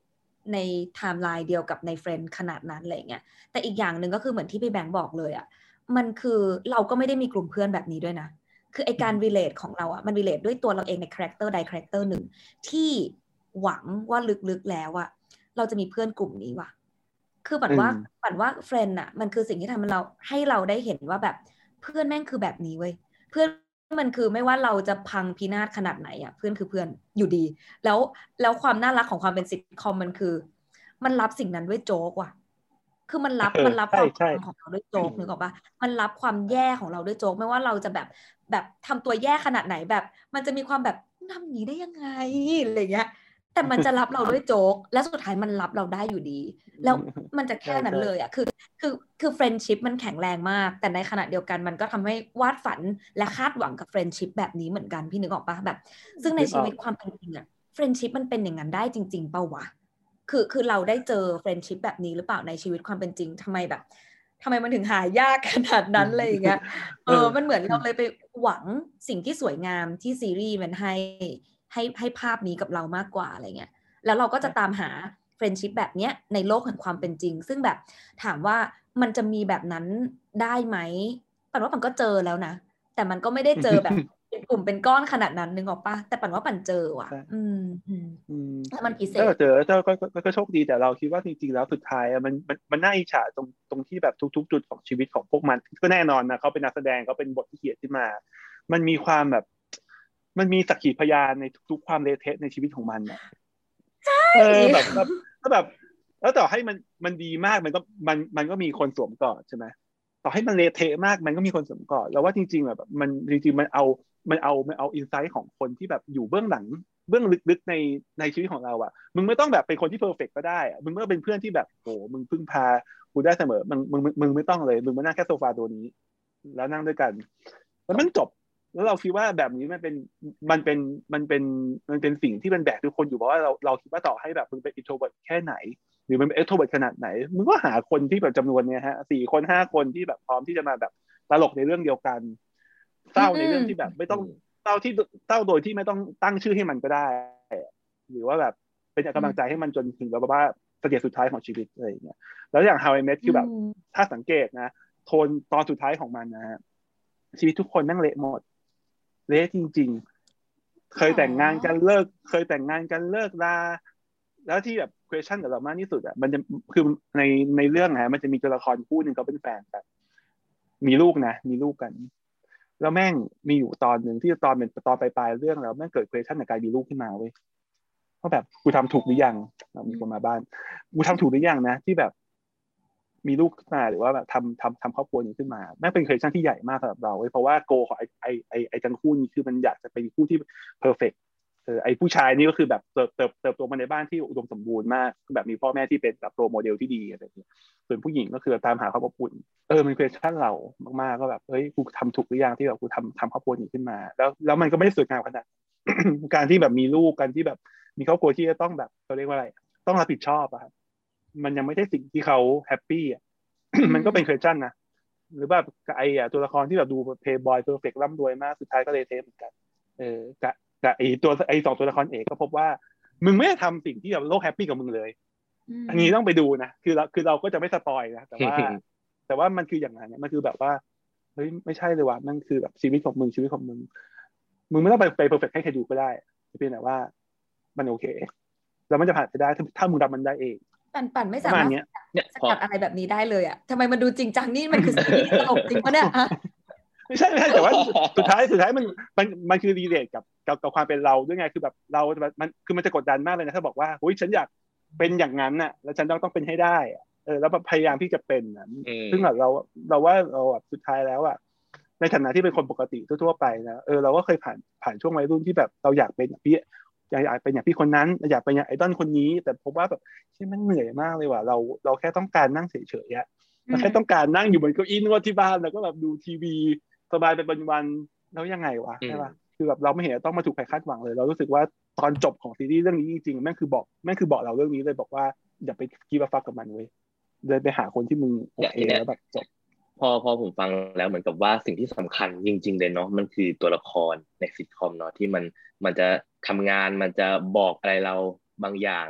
ในไทม์ไลน์เดียวกับในเฟรนด์ขนาดนั้นอะไรเงี้ยแต่อีกอย่างหนึ่งก็คือเหมือนที่พี่แบงค์บอกเลยอ่ะมันคือเราก็ไม่ได้มีกลุ่มเพื่อนแบบนี้ด้วยนะคือไอการ relate ของเราอ่ะมัน relate ด้วยตัวเราเองในคาแรคเตอร์ใดคาแรคเตอร์หนึ่งที่หวังว่าลึกๆแล้วอ่ะเราจะมีเพื่อนกลุ่มนี้ว่ะคือปั่นว่าปั่นว่าเฟรนด์อ่ะมันคือสิ่งที่ทำให้เราให้เราได้เห็นว่าแบบเพื่อนแม่งคือแบบนี้เว้ยเพื่อนมันคือไม่ว่าเราจะพังพินาศขนาดไหนอ่ะเพื่อนคือเพื่อนอยู่ดีแล้วแล้วความน่ารักของความเป็นซิทคอมมันคือมันรับสิ่งนั้นด้วยโจ๊กว่ะคือมันรับมันรับความพังของเราด้วยโจ๊กนึกออกปะมันรับความแย่ของเราด้วยโจ๊กไม่ว่าเราจะแบบแบบทำตัวแย่ขนาดไหนแบบมันจะมีความแบบทำอย่างนี้ได้ยังไงอะไรเงี้ยแต่มันจะรับเราด้วยโจ๊กและสุดท้ายมันรับเราได้อยู่ดีแล้วมันจะแค่นั้นเลยอ่ะคือคือคือเฟรนด์ชิพมันแข็งแรงมากแต่ในขณะเดียวกันมันก็ทำให้วาดฝันและคาดหวังกับเฟรนด์ชิพแบบนี้เหมือนกันพี่นึกออกปะแบบซึ่งในชีวิตความเป็นจริงอ่ะเฟรนด์ชิพมันเป็นอย่างนั้นได้จริงๆเปล่าวะคือคือเราได้เจอเฟรนด์ชิพแบบนี้หรือเปล่าในชีวิตความเป็นจริงทำไมแบบทำไมมันถึงหายากขนาดนั้นเลยอย่างเงี้ยเออมันเหมือนเราเลยไปหวังสิ่งที่สวยงามที่ซีรีส์มันให้ให้ให้ภาพนี้กับเรามากกว่าอะไรเงี้ยแล้วเราก็จะตามหาเฟรนด์ชิพแบบเนี้ยในโลกแห่งความเป็นจริงซึ่งแบบถามว่ามันจะมีแบบนั้นได้ไหมปั่นว่าปั่นก็เจอแล้วนะแต่มันก็ไม่ได้เจอแบบเป็นกลุ่มเป็นก้อนขนาดนั้นนึกออกปะแต่ปั่นว่าปั่นเจอว่ะอืมอืมแล้วมันพิเศษก็เจอเจ้าก็ก็โชคดีแต่เราคิดว่าจริงๆแล้วสุดท้ายมันมันมันน่าอิจฉาตรงตรงที่แบบทุกๆจุดของชีวิตของพวกมันก็แน่นอนนะเขาเป็นนักแสดงเขาเป็นบทที่เขียนขึ้นมามันมีความแบบมันมีสักขีพยานในทุกๆความเละเทะในชีวิตของมันนะใช่เออแบบแบบก็แบบแล้วต่อให้มันมันดีมากมันก็มันมันก็มีคนสวมกอดใช่ไหมต่อให้มันเละเทะมากมันก็มีคนสวมกอดแล้วว่าจริงๆแบบมันจริงๆมันเอามันเอามันเอาอินไซต์ของคนที่แบบอยู่เบื้องหลังเบื้องลึกๆในในชีวิตของเราอ่ะมึงไม่ต้องแบบเป็นคนที่เพอร์เฟกต์ก็ได้อ่ะมึงเมื่อเป็นเพื่อนที่แบบโอ้มึงพึ่งพากูได้เสมอมึงมึงมึงไม่ต้องเลยมึงมานั่งแค่โซฟาตัวนี้แล้วนั่งด้วยกันแล้วมันจบแล้วเราคิดว่าแบบนี้มันเป็นมันเป็นมันเป็นมันเป็นสิ่งที่มันแบกทุกคนอยู่เพราะว่าเราเราคิดว่าต่อให้แบบมึงเป็น introvert แค่ไหนหรือมันเป็น extrovert ขนาดไหนมึงก็หาคนที่แบบจำนวนเนี้ยฮะสี่คนห้าคนที่แบบพร้อมที่จะมาแบบตลกในเรื่องเดียวกันเศร้าในเรื่องที่แบบไม่ต้องเศร้าที่เศร้าโดยที่ไม่ต้องตั้งชื่อให้มันก็ได้หรือว่าแบบเป็นกำลังใจให้มันจนถึงแบบว่าสเตจสุดท้ายของชีวิตอะไรอย่างเงี้ยแล้วอย่าง How I Met คือแบบถ้าสังเกตนะโทนตอนสุดท้ายของมันนะฮะชีวิตทุกคนนั่งเละหมดเละจริงๆเคยแต่งงานกันเลิกเคยแต่งงานกันเลิกลาแล้วที่แบบ question กับเรามากที่สุดอ่ะมันจะคือในในเรื่องนะมันจะมีตัวละครคู่หนึ่งเขาเป็นแฟนกันมีลูกนะมีลูกกันแล้วแม่งมีอยู่ตอนหนึ่งที่ตอนเป็นตอนปลายๆเรื่องแล้วแม่งเกิด question ในการมีลูกขึ้นมาเว้ยเพราะแบบกูทำถูกหรือยังมีคนมาบ้านกูทำถูกหรือยังนะที่แบบมีลูกขึ้นมาหรือว่าแบบทำทำทำครอบครัวนี้ขึ้นมาแม่งเป็น question ที่ใหญ่มากสำหรับเราเพราะว่าโกของไอ้ไอ้ไอ้ไอ้ทั้งคู่นี้คือมันอยากจะเป็นคู่ที่ perfect เออไอ้ผู้ชายนี่ก็คือแบบเติบเติบเติบโตมาในบ้านที่อุดมสมบูรณ์มากแบบมีพ่อแม่ที่เป็นแบบโรโมเดลที่ดีอะไรอย่างเงี้ยส่วนผู้หญิงก็คือตามหาความอบอุ่นเออมันเป็นชั่นเรามากๆก็แบบเฮ้ยกูทำถูกหรือยังที่แบบกูทำทำครอบครัวนี้ขึ้นมาแล้วแล้วมันก็ไม่ได้สวยงามขนาด การที่แบบมีลูกกันที่แบบมีครอบครัวที่จะต้องแบบเขาเรียกว่าอะไรต้องรับผิดชอบอะครับมันยังไม่ใช่สิ่งที่เขาแฮปปี้อะ มันก็เป็น question นะหรือแบบไอ้ตัวละครที่แบบดูเพย์บอยเพอร์เฟกต์ร่ำรวยมากสุดท้ายก็เลยเทปเหมือนกันเออกับกับไอ้ตัวไอ้สองตัวละครเอกก็พบว่ามึงไม่ได้ทำสิ่งที่แบบโลกแฮปปี้กับมึงเลยอันนี้ต้องไปดูนะคือเราคือเราก็จะไม่สปอยนะแต่ว่าแต่ว่ามันคืออย่างนั้นมันคือแบบว่าเฮ้ยไม่ใช่เลยว่ะมันคือแบบชีวิตของมึงชีวิตของมึงมึงไม่ต้องไปไปเพอร์เฟกต์ให้ใครดูก็ได้เพียงแต่ว่ามันโอเคแล้วมันจะผ่านไปได้ถ้ามึงรับมันได้เองปั่นปั่นไม่สามารถสกัดอะไรแบบนี้ได้เลยอ่ะทำไมมันดูจริงจังนี่มันคือซีรีส์ตลกจริงปะเนี่ยไม่ใช่ไม่ใช่แต่ว่าสุดท้ายสุดท้ายมันมันมันคือรีเลทกับกับกับความเป็นเราด้วยไงคือแบบเรามันคือมันจะกดดันมากเลยนะถ้าบอกว่าเฮ้ยฉันอยากเป็นอย่างนั้นน่ะแล้วฉันต้องต้องเป็นให้ได้เออแล้วพยายามที่จะเป็นนะซึ่งแบบเราเราว่าเราแบบสุดท้ายแล้วอ่ะในฐานะที่เป็นคนปกติทั่วๆไปนะเออเราก็เคยผ่านผ่านช่วงวัยรุ่นที่แบบเราอยากเป็นอย่างพี่อยากเป็นอย่างพี่คนนั้นอยากเป็นอย่างไอดอลคนนี้แต่พบว่าแบบที่มันเหนื่อยมากเลยว่ะเราเราแค่ต้องการนั่งเฉยๆอ่ะเราแค่ต้องการนั่งอยู่บนเก้าอี้นวดที่บ้านแล้วก็แบบดูทีวีสบายเป็นวันๆแล้วยังไงวะใช่ป่ะคือแบบเราไม่เห็นต้องมาถูกใครคาดหวังเลยเรารู้สึกว่าตอนจบของซีรีส์เรื่องนี้จริงๆแม่งคือบอกแม่งคือบอกเราเรื่องนี้เลยบอกว่าอย่าไปกีบฟักกับมันเว้ยเลยไปหาคนที่มึงโอเคแล้วแบบจบพอพอผมฟังแล้วเหมือนกับว่าสิ่งที่สำคัญจริงๆเลยเนาะมันคือตัวละครในซิทคอมเนาะที่มันมันจะทำงานมันจะบอกอะไรเราบางอย่าง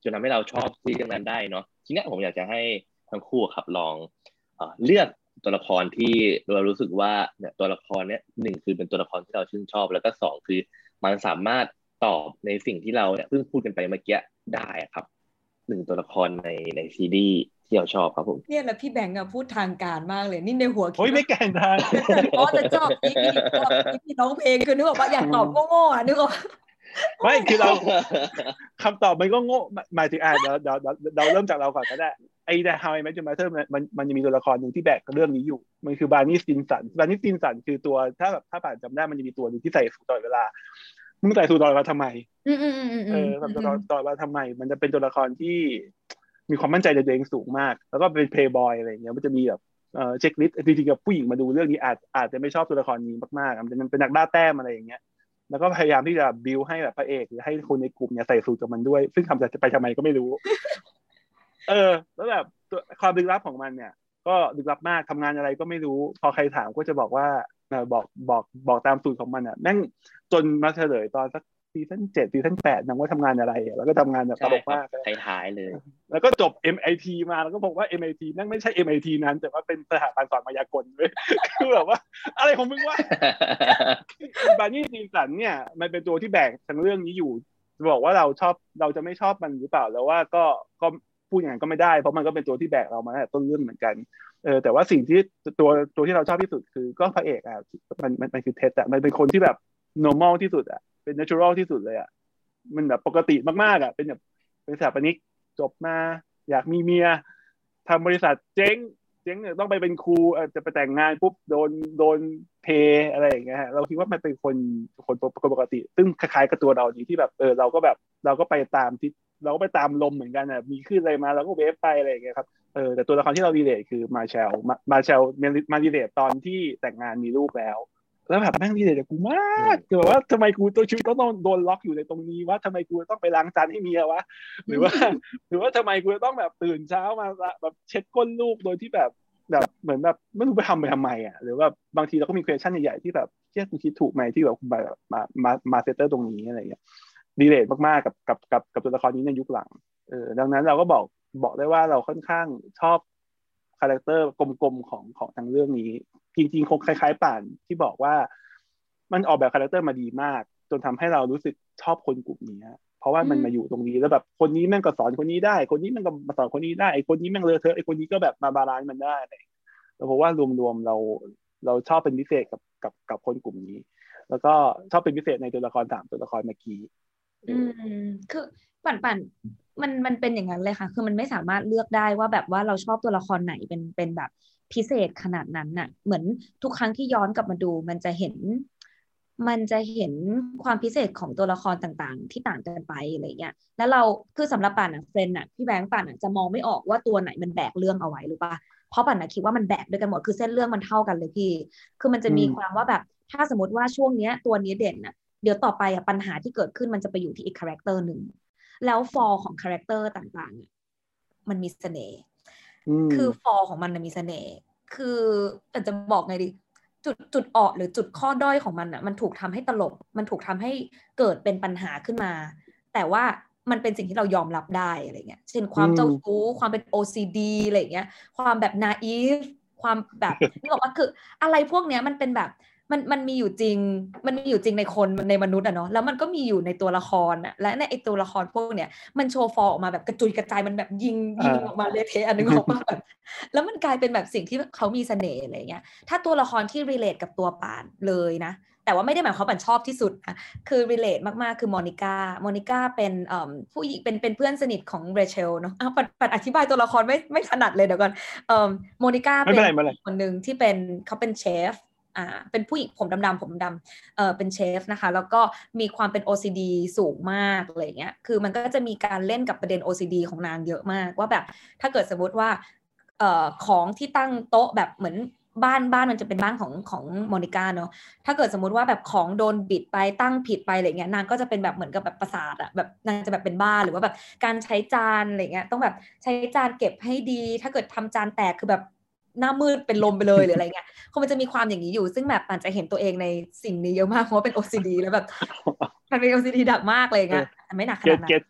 จนทำให้เราชอบซีรีส์เรื่องนั้นได้เนาะทีนี้ผมอยากจะให้ทั้งคู่ครับลองเอ่อเลือกตัวละครที่เรารู้สึกว่าเนี่ยตัวละครเนี้ยหนึ่งคือเป็นตัวละครที่เราชื่นชอบแล้วก็สองคือมันสามารถตอบในสิ่งที่เราเนี่ยเพิ่งพูดกันไปเมื่อกี้ได้ครับหนึ่งตัวละครในในซีรีส์ที่เราชอบครับผมเนี่ยแหละพี่แบงค์อะพูดทางการมากเลยนี่ในหัวคิดโอ้ยไม่แก่งทางอ๋อแต่ชอบพี่ชอบพี่ร้องเพลงคือนึกออกว่าอยากตอบโง่ๆอ่ะนึกออกไม่คือเราคำตอบมันก็โง่หมายถึงอ่ะเดี๋ยวเดี๋ยวเราเริ่มจากเราก่อนก็ได้ไอ้ The How I Met Your Mother มันมันจะมีตัวละครหนึ่งที่แบกเรื่องนี้อยู่มันคือบาร์นี่สตินสันบาร์นี่สตินสันคือตัวถ้าแบบถ้าผ่านจำได้มันจะมีตัวนึงที่ใส่สูทตลอดเวลามึงใส่สูทตลอดเวลาทำไมเออแบบตลอดตลอดเวลาทำไมมันจะเป็นตัวละครที่มีความมั่นใจในตัวเองสูงมากแล้วก็เป็นเพลย์บอยอะไรอย่างเงี้ยมันจะมีแบบเอ่อเช็คลิสต์จริงๆกับผู้หญิงมาดูเรื่องนี้อาจอาจจะไม่ชอบตัวละครนี้มากๆมันเป็นนักล่าแต้มอะไรอย่างเงี้ยแล้วก็พยายามที่จะบิวให้แบบพระเอกหรือให้คนในกลุ่มเนี่ยใส่สูทกับมันด้วยซึ่งทำไปทำไมก็ไม่รู้เออแล้วแบบความลึกลับของมันเนี่ยก็ลึกลับมากทำงานอะไรก็ไม่รู้พอใครถามก็จะบอกว่าบอกบอกบอกตามสูตรของมันอ่ะแม่งจนมาเฉลยตอนสักซีซั่นเจ็ดซีซั่นแปดนางว่าทำงานอะไรแล้วก็ทำงานแบบตลกมากท้ายๆเลยแล้วก็จบ เอ็ม ไอ ที มาแล้วก็บอกว่า เอ็ม ไอ ที นั่นไม่ใช่ เอ็ม ไอ ที นั้นแต่ว่าเป็นสถาบันสอนมายากลเว้ยคือแบบว่าอะไรของมึงวะบาร์นี่สตินสันเนี่ยมันเป็นตัวที่แบกทั้งเรื่องนี้อยู่บอกว่าเราชอบเราจะไม่ชอบมันหรือเปล่าแล้วว่าก็ก็พูดอย่างนั้นก็ไม่ได้เพราะมันก็เป็นตัวที่แบกเรามาตั้งแต่ต้นเรื่องเหมือนกันเออแต่ว่าสิ่งที่ตัวตัวที่เราชอบที่สุดคือก็พระเอกอ่ะมันมันมันคือเท็ดอ่ะมันเป็นคนที่แบบ normal ที่สุดอ่ะเป็น natural ที่สุดเลยอ่ะมันแบบปกติมากๆอ่ะเป็นแบบเป็นสถาปนิกจบมาอยากมีเมียทำบริษัทเจ๊งเจ๊งเนี่ยต้องไปเป็นครูจะไปแต่งงานปุ๊บโดนโดนเพอะไรอย่างเงี้ยเราคิดว่ามันเป็นคนคนปกติซึ่งคล้ายๆกับตัวเราดีที่แบบเออเราก็แบบเราก็ไปตามที่เราก็ไปตามลมเหมือนกันอ่ะมีขึ้นอะไรมาเราก็เวฟไปอะไรอย่างเงี้ยครับเออแต่ตัวละครที่เรารีเลทคือมาเชลมาเชลมารีเลทตอนที่แต่งงานมีลูกแล้วแล้วแบบแม่งรีเลทกับกูมากคือแบบว่าทำไมกูตัวชีวิตต้องโดนล็อกอยู่ในตรงนี้วะทำไมกูต้องไปล้างจานให้เมียวะหรือว่าหรือว่าทำไมกูต้องแบบตื่นเช้ามาแบบเช็ดก้นลูกโดยที่แบบแบบเหมือนแบบไม่รู้ไปทำไปทำไมอ่ะหรือว่าบางทีเราก็มี question ใหญ่ๆที่แบบเชื่อกูคิดถูกไหมที่แบบมามามามาเซตเตอร์ตรงนี้อะไรอย่างเงี้ยรีเลทมากๆกับกับกับกับตัวละครนี้ในยุคหลังเออดังนั้นเราก็บอกบอกได้ว่าเราค่อนข้างชอบคาแรคเตอร์กลมๆของของทางเรื่องนี้จริงๆคงคล้ายๆป่านที่บอกว่ามันออกแบบคาแรคเตอร์มาดีมากจนทำให้เรารู้สึกชอบคนกลุ่มนี้เพราะว่ามันมาอยู่ตรงนี้แล้วแบบคนนี้แม่งก็สอนคนนี้ได้คนนี้แม่งก็มาสอนคนนี้ได้ไอ้คนนี้แม่งเลอะเทอะไอ้คนนี้ก็แบบมาบาลานซ์มันได้อะไรแล้วเพราะว่ารวมๆเราเราชอบเป็นพิเศษกับกับกับคนกลุ่มนี้แล้วก็ชอบเป็นพิเศษในตัวละครสามตัวละครเมื่อกี้อืมคือปั่นปั่นมันมันเป็นอย่างนั้นเลยค่ะคือมันไม่สามารถเลือกได้ว่าแบบว่าเราชอบตัวละครไหนเป็นเป็นแบบพิเศษขนาดนั้นน่ะเหมือนทุกครั้งที่ย้อนกลับมาดูมันจะเห็นมันจะเห็นความพิเศษของตัวละครต่างๆที่ต่างกันไปอะไรเงี้ยแล้วเราคือสำหรับปั่นอ่ะเฟรนด์อ่ะพี่แบงค์ปั่นอ่ะจะมองไม่ออกว่าตัวไหนมันแบกเรื่องเอาไว้หรือป่ะเพราะปั่นอ่ะคิดว่ามันแบกด้วยกันหมดคือเส้นเรื่องมันเท่ากันเลยพี่คือมันจะมีความว่าแบบถ้าสมมติว่าช่วงเนี้ยตัวนี้เด่นอ่ะเดี๋ยวต่อไปอ่ะปัญหาที่เกิดขึ้นมันจะไปอยู่ที่อีกคาแรคเตอร์หนึ่งแล้วฟอลของคาแรคเตอร์ต่างๆอ่ะมันมีเสน่ห์คือฟอลของมันมีเสน่ห์คือแต่จะบอกไงดีจุดจุดอ่อนหรือจุดข้อด้อยของมันอ่ะมันถูกทำให้ตลกมันถูกทำให้เกิดเป็นปัญหาขึ้นมาแต่ว่ามันเป็นสิ่งที่เรายอมรับได้อะไรเงี้ยเช่นความเจ้าชู้ความเป็น โอ ซี ดี อะไรเงี้ยความแบบ naive ความแบบนี่บอกว่าคืออะไรพวกเนี้ยมันเป็นแบบมันมันมีอยู่จริงมันมีอยู่จริงในคนในมนุษย์อะเนาะแล้วมันก็มีอยู่ในตัวละครอะและในไอตัวละครพวกเนี้ยมันโชว์ฟอร์ออกมาแบบกระจุยกระจายมันแบบยิงยิงออกมาเละเทะอันนึงออกมาแบบแล้วมันกลายเป็นแบบสิ่งที่เขามีเสน่ห์อะไรเงี้ยถ้าตัวละครที่รีเลทกับตัวป่านเลยนะแต่ว่าไม่ได้หมายความว่าป่านชอบที่สุดนะคือรีเลทมากๆคือมอนิก้ามอนิก้าเป็นเอ่อผู้หญิงเป็นเป็นเพื่อนสนิทของเรเชลเนาะอ้าวป่านป่านอธิบายตัวละครไม่ไม่ถนัดเลยเดี๋ยวก่อนเอ่อมอนิก้าเป็นคนนึงที่เป็นเขาเป็นเชฟอ่าเป็นผู้หญิงผมดำๆผมดำเอ่อเป็นเชฟนะคะแล้วก็มีความเป็น โอ ซี ดี สูงมากอะไรเงี้ยคือมันก็จะมีการเล่นกับประเด็น โอ ซี ดี ของนางเยอะมากว่าแบบถ้าเกิดสมมติว่าเอ่อของที่ตั้งโต๊ะแบบเหมือนบ้านบ้านมันจะเป็นบ้านของของโมนิก้าเนาะถ้าเกิดสมมติว่าแบบของโดนบิดไปตั้งผิดไปอะไรเงี้ยนางก็จะเป็นแบบเหมือนกับแบบประสาทอะแบบนางจะแบบเป็นบ้าหรือว่าแบบการใช้จานอะไรเงี้ยต้องแบบใช้จานเก็บให้ดีถ้าเกิดทำจานแตกคือแบบหน้ามืดเป็นลมไปเลยหรืออะไรเงี้ยคงมันจะมีความอย่างนี้อยู่ซึ่งแบบมันจะเห็นตัวเองในสิ่งนี้เยอะมากเพราะว่าเป็น โอ ซี ดี แล้วแบบมันเป็น โอ ซี ดี ดักมากเลยเงี้ยไม่หนักขนาดนั้นเก็ตเก็ต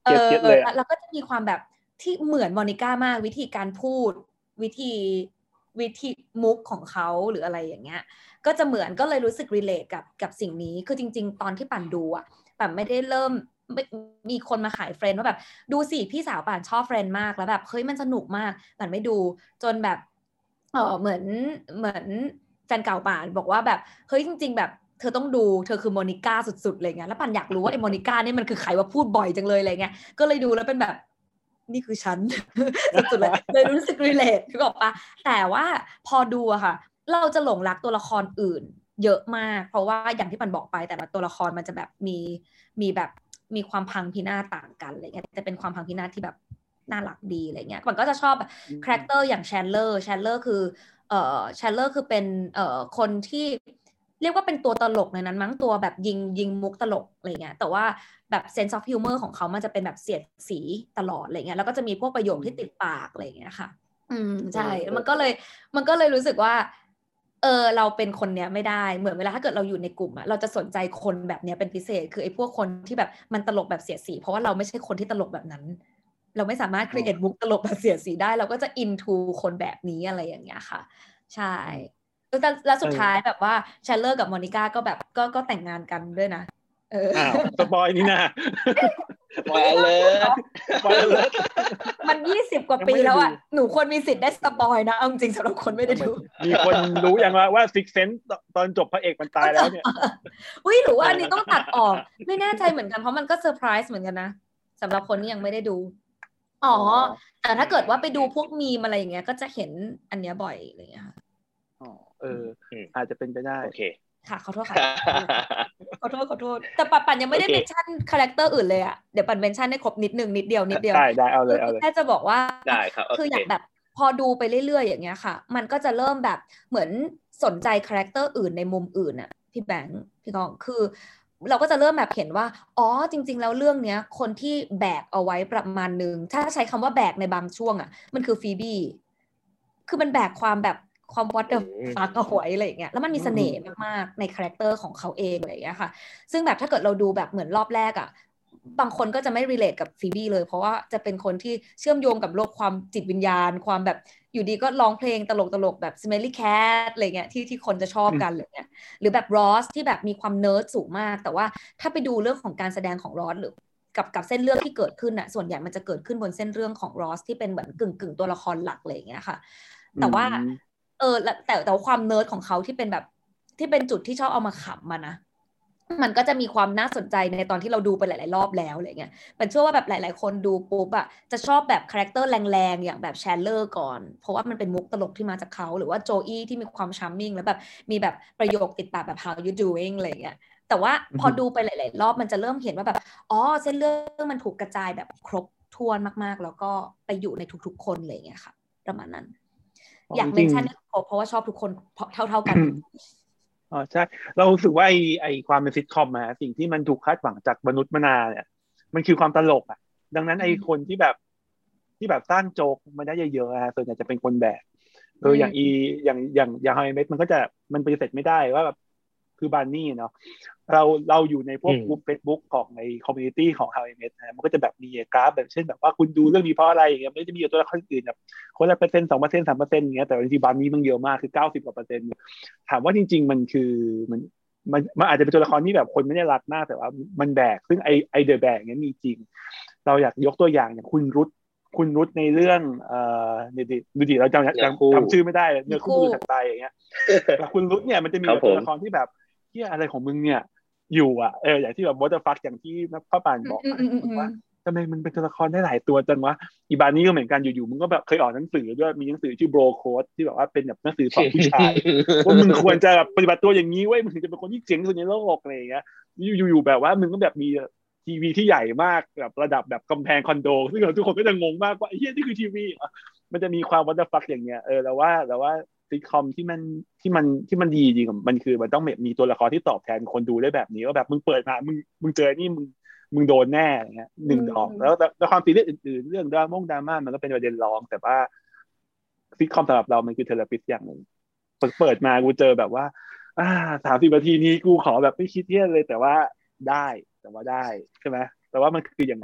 เอเก็ตอๆเลยอะแล้วก็จะมีความแบบที่เหมือนมอนิก้ามากวิธีการพูดวิธีวิธีมุกของเขาหรืออะไรอย่างเงี้ยก็จะเหมือนก็เลยรู้สึกรีเลทกับกับสิ่งนี้คือจริงๆตอนที่ปั่นดูอ่ะปั่นไม่ได้เริ่มไม่มีคนมาขายเฟรนด์ว่าแบบดูสิพี่สาวปั่นชอบเฟรนด์มากแล้วแบบเฮ้ยมันสนุกมากปั่นไม่ดูจนแบบเออเหมือนเหมือนแฟนเก่าป่านบอกว่าแบบเฮ้ยจริงๆแบบเธอต้องดูเธอคือโมนิก้าสุดๆอะไรเงี้ยแล้วปันอยากรู้ว่าไอ้โมนิก้านี่มันคือใครว่าพูดบ่อยจังเลยอะไรเงี้ยก็เลยดูแล้วเป็นแบบนี่คือฉัน สุดๆเลยเลยรู้สึกรีเลทคือบอกปะแต่ว่าพอดูอะค่ะเราจะหลงรักตัวละครอื่นเยอะมากเพราะว่าอย่างที่ปันบอกไปแต่ละตัวละครมันจะแบบมีมีแบบมีความพังพินาศต่างกันอะไรเงี้ยแต่เป็นความพังพินาศที่แบบน่ารักดีอะไรเงี้ยปันก็จะชอบคาแรคเตอร์อย่างแชนเลอร์แชนเลอร์คือเอ่อแชนเลอร์คือเป็นเอ่อคนที่เรียกว่าเป็นตัวตลกในนั้นมั้งตัวแบบยิงยิงมุกตลกอะไรเงี้ยแต่ว่าแบบ sense of humor ของเขามันจะเป็นแบบเสียดสีตลอดอะไรเงี้ยแล้วก็จะมีพวกประโยคที่ติดปากอะไรเงี้ยค่ะอืมใช่มันก็เลยมันก็เลยรู้สึกว่าเออเราเป็นคนเนี้ยไม่ได้เหมือนเวลาถ้าเกิดเราอยู่ในกลุ่มอะเราจะสนใจคนแบบเนี้ยเป็นพิเศษคือไอ้พวกคนที่แบบมันตลกแบบเสียดสีเพราะว่าเราไม่ใช่คนที่ตลกแบบนั้นเราไม่สามารถ create มุกตลกแบบเสียดสีได้เราก็จะ into คนแบบนี้อะไรอย่างเงี้ยค่ะใช่แล้วสุดท้ายแบบว่าแชนเลอร์กับมอนิก้าก็แบบก็ก็แต่งงานกันด้วยนะเอออ้าวสปอยนี่นะสปอยเลิศสปอยเลิศมันยี่สิบกว่าปีแล้วอ่ะหนูควรมีสิทธิ์ได้สปอยนะเอาจริงสำหรับคนไม่ได้ดูมีคนรู้ยังว่าว่า Six Sense ตอนจบพระเอกมันตายแล้วเนี่ยอุ้ยหรือว่าอันนี้ต้องตัดออกไม่แน่ใจเหมือนกันเพราะมันก็เซอร์ไพรส์เหมือนกันนะสำหรับคนที่ยังไม่ได้ดูอ๋อแต่ถ้าเกิดว่าไปดูพวกมีมอะไรอย่างเงี้ยก็จะเห็นอันเนี้ยบ่อยอะไรอย่างเงี้ยค่ะอ๋อเอออาจจะเป็นไปได้โอเคค่ะขอโทษค่ะขอโทษขอโทษแต่ปันปันยังไม่ได้เมนชั่นคาแรคเตอร์อื่นเลยอ่ะเดี๋ยวปันเมนชั่นให้ครบนิดนึงนิดเดียวนิดเดียวได้ได้เอาเลยเอาเลยแค่จะบอกว่าได้ครับคืออย่างแบบพอดูไปเรื่อยๆอย่างเงี้ยค่ะมันก็จะเริ่มแบบเหมือนสนใจคาแรคเตอร์อื่นในมุมอื่นอ่ะพี่แบงค์พี่กองคือเราก็จะเริ่มแบบเห็นว่าอ๋อจริงๆแล้วเรื่องเนี้ยคนที่แบกเอาไว้ประมาณนึงถ้าใช้คำว่าแบกในบางช่วงอ่ะมันคือฟีบี้คือมันแบกความแบบความ what the fuck เอาไว้อะไรอย่างเงี้ยแล้วมันมีเสน่ห์มากๆในคาแรคเตอร์ของเขาเองอะไรอย่างเงี้ยค่ะซึ่งแบบถ้าเกิดเราดูแบบเหมือนรอบแรกอ่ะบางคนก็จะไม่ relate กับฟีบี้เลยเพราะว่าจะเป็นคนที่เชื่อมโยงกับโลกความจิตวิญญาณความแบบอยู่ดีก็ร้องเพลงตลกๆแบบ smelly cat อะไรเงี้ยที่ที่คนจะชอบกันอะไรเงี้ยหรือแบบ Ross ที่แบบมีความเนิร์ดสูงมากแต่ว่าถ้าไปดูเรื่องของการแสดงของ Ross หรือกับกับเส้นเรื่องที่เกิดขึ้นน่ะส่วนใหญ่มันจะเกิดขึ้นบนเส้นเรื่องของ Ross ที่เป็นเหมือนกึ่งกึ่งตัวละครหลักอะไรอย่างเงี้ยค่ะแต่ว่าเออแต่แต่ความเนิร์ดของเขาที่เป็นแบบที่เป็นจุดที่ชอบเอามาขำมานะมันก็จะมีความน่าสนใจในตอนที่เราดูไปหลายๆรอบแล้วอะไรเงี้ยเป็นเชื่อว่าแบบหลายๆคนดูปุ๊บอะจะชอบแบบคาแรคเตอร์แรงๆอย่างแบบแชนเลอร์ก่อนเพราะว่ามันเป็นมุกตลกที่มาจากเขาหรือว่าโจอี้ที่มีความชัมมิ่งแล้วแบบมีแบบประโยคติดปากแบบ how you doing อะไรเงี้ยแต่ว่าพอดูไปหลายๆรอบมันจะเริ่มเห็นว่าแบบอ๋อเส้นเรื่องมันถูกกระจายแบบครบถ้วนมากๆแล้วก็ไปอยู่ในทุกๆคนอะไรเงี้ยค่ะประมาณนั้นอยากเมนชั่นเพราะว่าชอบทุกคนเท่าๆกันอ๋อใช่เรารู้สึกว่าไอไอความเป็นซิทคอมมาสิ่งที่มันถูกคาดหวังจากมนุษย์มนาเนี่ยมันคือความตลกอ่ะดังนั้นไอคนที่แบบที่แบบสร้างโจ๊กมันได้เยอะๆฮะส่วนใหญ่จะเป็นคนแบบเอออย่างอีอย่างอย่างอย่างไฮเมทมันก็จะมันปฏิเสธไม่ได้ว่าแบบคือบานนี่เนาะเราเราอยู่ในพวกกลุ่ม Facebook ของในคอมมูนิตี้ของ How I Met นะมันก็จะแบบมีกราฟแบบเช่นแบบว่าคุณดูเรื่องนี้เพราะอะไรอย่างเงี้ยไม่ได้มีตัวละครอื่นแบบคนละเปอร์เซ็นต์ สองเปอร์เซ็นต์ สามเปอร์เซ็นต์อย่างเงี้ยแต่จริงๆบานนี่มันเยอะมากคือเก้าสิบกว่าเปอร์เซ็นต์ถามว่าจริงๆมันคือมันมันมันอาจจะเป็นตัวละครที่แบบคนไม่ได้รักมากแต่ว่ามันแบกซึ่งไอไอเดอะแบกเนี้ยมีจริงเราอยากยกตัวอย่างอย่างคุณรุทคุณรุทในเรื่องเอ่อดูดิดูดิเราจำจำชื่อไม่ได้เนื้อคู่มือถัดไปอย่างเงี้ยแต่คุณรุทเนี่ยมันจะมีตัวละครที่แบบที่อะไรของมึงเนี่ยอยู่อ่ะเอออย่างที่แบบวอเตอร์ฟัคอย่างที่พ่อปานบอกว่าทำไมมันเป็นตัวละครได้หลายตัวจังวะอีบานี่ก็เหมือนกันอยู่ๆมึงก็แบบเคยออกหนังสือด้วยมีหนังสือชื่อโบรโค้ดที่แบบว่าเป็นแบบหนังสือสอนผู้ชายว่ามึงควรจะแบบปฏิบัติตัวอย่างนี้เว้ยมึงถึงจะเป็นคนที่เจ๋งที่สุดในโลกอะไรอย่างเงี้ยอยู่ๆแบบว่ามึงก็แบบมีทีวีที่ใหญ่มากแบบระดับแบบกำแพงคอนโดซึ่งทุกคนก็จะงงมากว่าไอ้เหี้ยนี่คือทีวีมันจะมีความวอเตอร์ฟัคอย่างเงี้ยเออแล้วว่าแล้วว่าซิทคอมที่มันที่มันที่มันดีจริงมันคือมันต้องมีตัวละครที่ตอบแทนคนดูได้แบบนี้ว่าแบบมึงเปิดมามึงมึงเจอนี่มึงมึงโดนแน่อย่างเงี้ยหนึ่งดอกแล้วแล้วความซีเรียสอื่นๆเรื่องดราม่งดราม่ามันก็เป็นประเด็นรองแต่ว่าซิทคอมสำหรับเรามันคือเทเลปิสอย่างหนึ่งเปิดมากูเจอแบบว่าอ่าสามสิบนาทีนี้กูขอแบบไม่คิดเยอะเลยแต่ว่าได้แต่ว่าได้ใช่ไหมแต่ว่ามันคืออย่างนั้น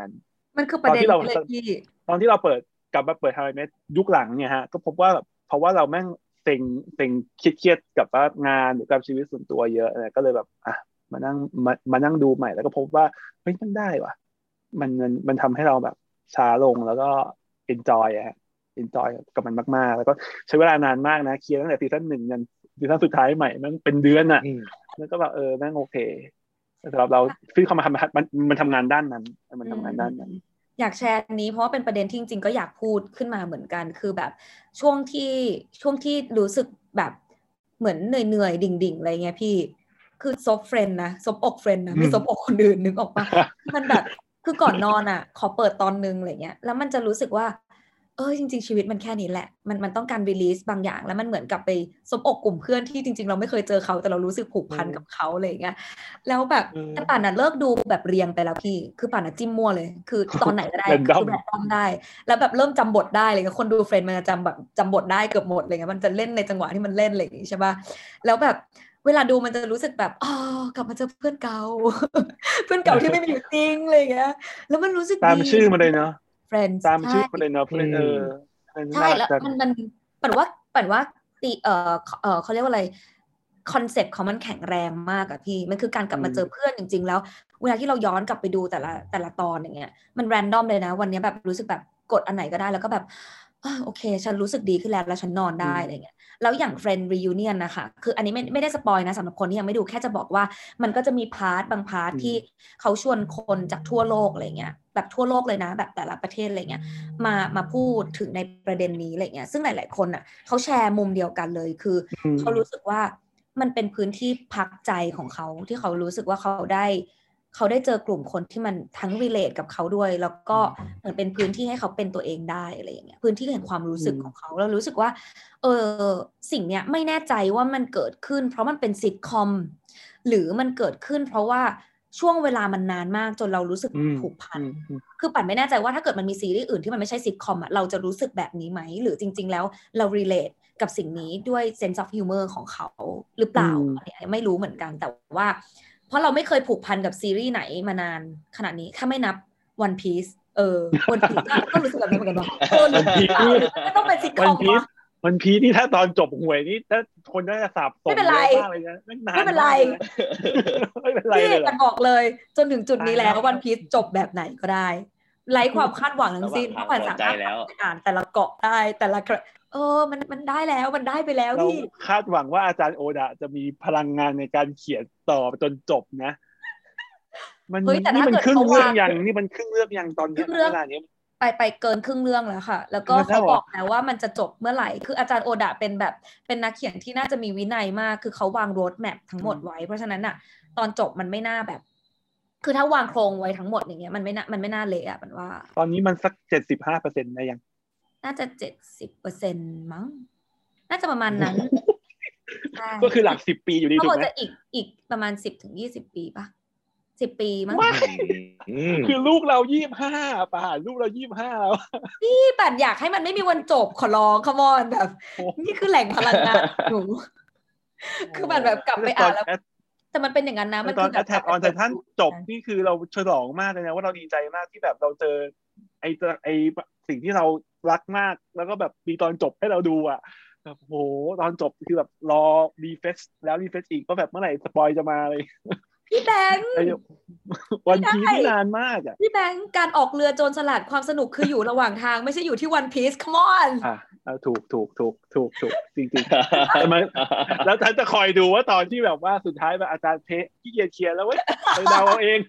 มันคือประเด็นเลยพี่ตอนที่เราเปิดกลับมาเปิด How I Met ยุคหลังเนี่ยฮะก็พบว่าแบบเพราะว่าเราแม่งเซ็งเซ็งเครียดๆกับงานหรือกับชีวิตส่วนตัวเยอะนะก็เลยแบบอ่ะมานั่งมามานั่งดูใหม่แล้วก็พบว่าเฮ้ยมันได้ว่ะมันมันมันทำให้เราแบบช้าลงแล้วก็ enjoy อะฮะ enjoy กับมันมากๆแล้วก็ใช้เวลานานมากนะเคลียร์ตั้งแต่ซีซั่นหนึ่งยันซีซั่นสุดท้ายใหม่มันเป็นเดือนอ่ะแล้วก็แบบเออแม่งโอเคสำหรับเราซึ่งเขามาทำมันมันทำงานด้านนั้นมันทำงานด้านนั้นอยากแชร์อันนี้เพราะว่าเป็นประเด็นที่จริงๆก็อยากพูดขึ้นมาเหมือนกันคือแบบช่วงที่ช่วงที่รู้สึกแบบเหมือนเหนื่อยๆดิ่งๆอะไรเงี้ยพี่คือซบเฟรนนะซบอกเฟรนนะไม่ซบอกคนอื่นนึกออกปะมันแบบคือก่อนนอนอ่ะขอเปิดตอนนึงอะไรเงี้ยแล้วมันจะรู้สึกว่าเออจริงๆชีวิตมันแค่นี้แหละมันมันต้องการรีลีสบางอย่างแล้วมันเหมือนกับไปซบอกกลุ่มเพื่อนที่จริงๆเราไม่เคยเจอเขาแต่เรารู้สึกผูกพันกับเขาอะไรเงี้ยแล้วแบบแต่ป่านน่ะเลิกดูแบบเรียงไปแล้วพี่คือป่านน่ะจิ้มมั่วเลยคือตอนไหนก็ได้คือแบบต้องได้แล้วแบบเริ่มจำบทได้เลยคนดูเฟรนด์มันจะจำแบบจำบทได้เกือบหมดอะไรเงี้ยมันจะเล่นในจังหวะที่มันเล่นอะไรอย่างงี้ใช่ป่ะแล้วแบบเวลาดูมันจะรู้สึกแบบอ๋อกลับมาเจอเพื่อนเก่าเพื่อนเก่าที่ไม่มีอยู่จริงอะไรเงี้ยแล้วมันรู้สึกดีตามชื่อมาเลยเนาะ Friends ตามชื่อมาเลยเนาะเพื่อนเออใช่แล้วมันมันปั่นว่าปั่นว่าตีเออเออเขาเรียกว่าอะไรคอนเซ็ปต์ของมันแข็งแรงมากอะพี่มันคือการกลับมาเจอเพื่อนจริงๆแล้วเวลาที่เราย้อนกลับไปดูแต่ละแต่ละตอนอย่างเงี้ยมันแรนดอมเลยนะวันนี้แบบรู้สึกแบบกดอันไหนก็ได้แล้วก็แบบโอเคฉันรู้สึกดีขึ้นแล้วแล้วฉันนอนได้อะไรเงี้ยแล้วอย่าง Friend Reunion นะคะคืออันนี้ไม่ไม่ได้สปอยนะสำหรับคนที่ยังไม่ดูแค่จะบอกว่ามันก็จะมีพาร์ทบางพาร์ทที่เขาชวนคนจากทั่วโลกอะไรเงี้ยแบบทั่วโลกเลยนะแบบแต่ละประเทศอะไรเงี้ยมามาพูดถึงในประเด็นนี้อะไรเงี้ยซึ่งหลายๆคนอ่ะเขาแชร์มุมเดียวกันเลยคือเขารู้สึกว่ามันเป็นพื้นที่พักใจของเขาที่เขารู้สึกว่าเขาได้เขาได้เจอกลุ่มคนที่มันทั้ง relate กับเขาด้วยแล้วก็เหมือนเป็นพื้นที่ให้เขาเป็นตัวเองได้อะไรอย่างเงี้ยพื้นที่แห่งความรู้สึกของเขาแล้วรู้สึกว่าเออสิ่งเนี้ยไม่แน่ใจว่ามันเกิดขึ้นเพราะมันเป็นซิทคอมหรือมันเกิดขึ้นเพราะว่าช่วงเวลามันนานมากจนเรารู้สึกผูกพันคือปั่นไม่แน่ใจว่าถ้าเกิดมันมีซีรีส์อื่นที่มันไม่ใช่ซิทคอมอ่ะเราจะรู้สึกแบบนี้ไหมหรือจริงๆแล้วเรา relate กับสิ่งนี้ด้วย sense of humor ของเขาหรือเปล่าเนี่ยไม่รู้เหมือนกันแต่ว่าเพราะเราไม่เคยผูกพันกับซีรีส์ไหนมานานขนาดนี้ถ้าไม่นับ One Piece เออ One Piece ก็รู้สึกแบบนั้นเหมือนกันเนาะเออ One Piece ไม่ต้องเป็นซิทคอม One Piece One Piece นี่ถ้าตอนจบห่วยนี่ถ้าคนน่าจะสาบส่งเยอะมากเลยนะไม่เป็นไรไม่เป็นไรพี่กันบอกเลยจนถึงจุดนี้แล้ว One Piece จบแบบไหนก็ได้ไร้ความคาดหวังทั้งสิ้นเพราะมันสามารถอ่านแต่ละเกาะได้แต่ละเออมันมันได้แล้วมันได้ไปแล้วพี่เราคาดหวังว่าอาจารย์โอดะจะมีพลังงานในการเขียนต่อจนจบนะมันนี่มันครึ่งเรื่องยังนี่มันครึ่งเรื่องยังตอนนี้เวลานี้ไปไปเกินครึ่งเรื่องแล้วค่ะแล้วก็เขาบอกแล้วว่ามันจะจบเมื่อไหร่คืออาจารย์โอดะเป็นแบบเป็นนักเขียนที่น่าจะมีวินัยมากคือเขาวางโรดแมพทั้งหมดไว้เพราะฉะนั้นอ่ะตอนจบมันไม่น่าแบบคือถ้าวางโครงไว้ทั้งหมดอย่างเงี้ยมันไม่น่ามันไม่น่าเละอ่ะมันว่าตอนนี้มันสัก เจ็ดสิบห้าเปอร์เซ็นต์ ได้ยังน่าจะ เจ็ดสิบเปอร์เซ็นต์ มั้งน่าจะประมาณนั้นก็คือหลักสิบปีอยู่ดีถูกมั้ยก็จะอีกอีกประมาณ สิบถึงยี่สิบ ปีป่ะสิบปีมั้งคือลูกเรายี่สิบห้าป่ะลูกเรายี่สิบห้าแล้วพี่ปั่นอยากให้มันไม่มีวันจบขอร้องคัมอนแบบนี่คือแหล่งพลังงานหนูคือปั่นแบบกลับไปอ่านแล้วแต่มันเป็นอย่างนั้นนะมันคือแบบ Attack on Titan จบนี่คือเราฉลองมากเลยนะว่าเราดีใจมากที่แบบเราเจอไอ้ไอ้สิ่งที่เรารักมากแล้วก็แบบมีตอนจบให้เราดูอ่ะแบบโหตอนจบคือแบบรอรีเฟรชแล้วรีเฟรชอีกก็แบบเมื่อไหร่สปอยจะมาเลยพี่แบงค์วันพีซนานมากอ่ะพี่แบงค์การออกเรือโจรสลัดความสนุกคืออยู่ระหว่างทางไม่ใช่อยู่ที่วันพีซ come on อ่ะถูกถูกถูกถูกถูกจริงจริงแล้วท่านจะคอยดูว่าตอนที่แบบว่าสุดท้ายแบบอาจารย์เพะขี้เกียจเขียนแล้วเว้ยไปเดาเอาเอง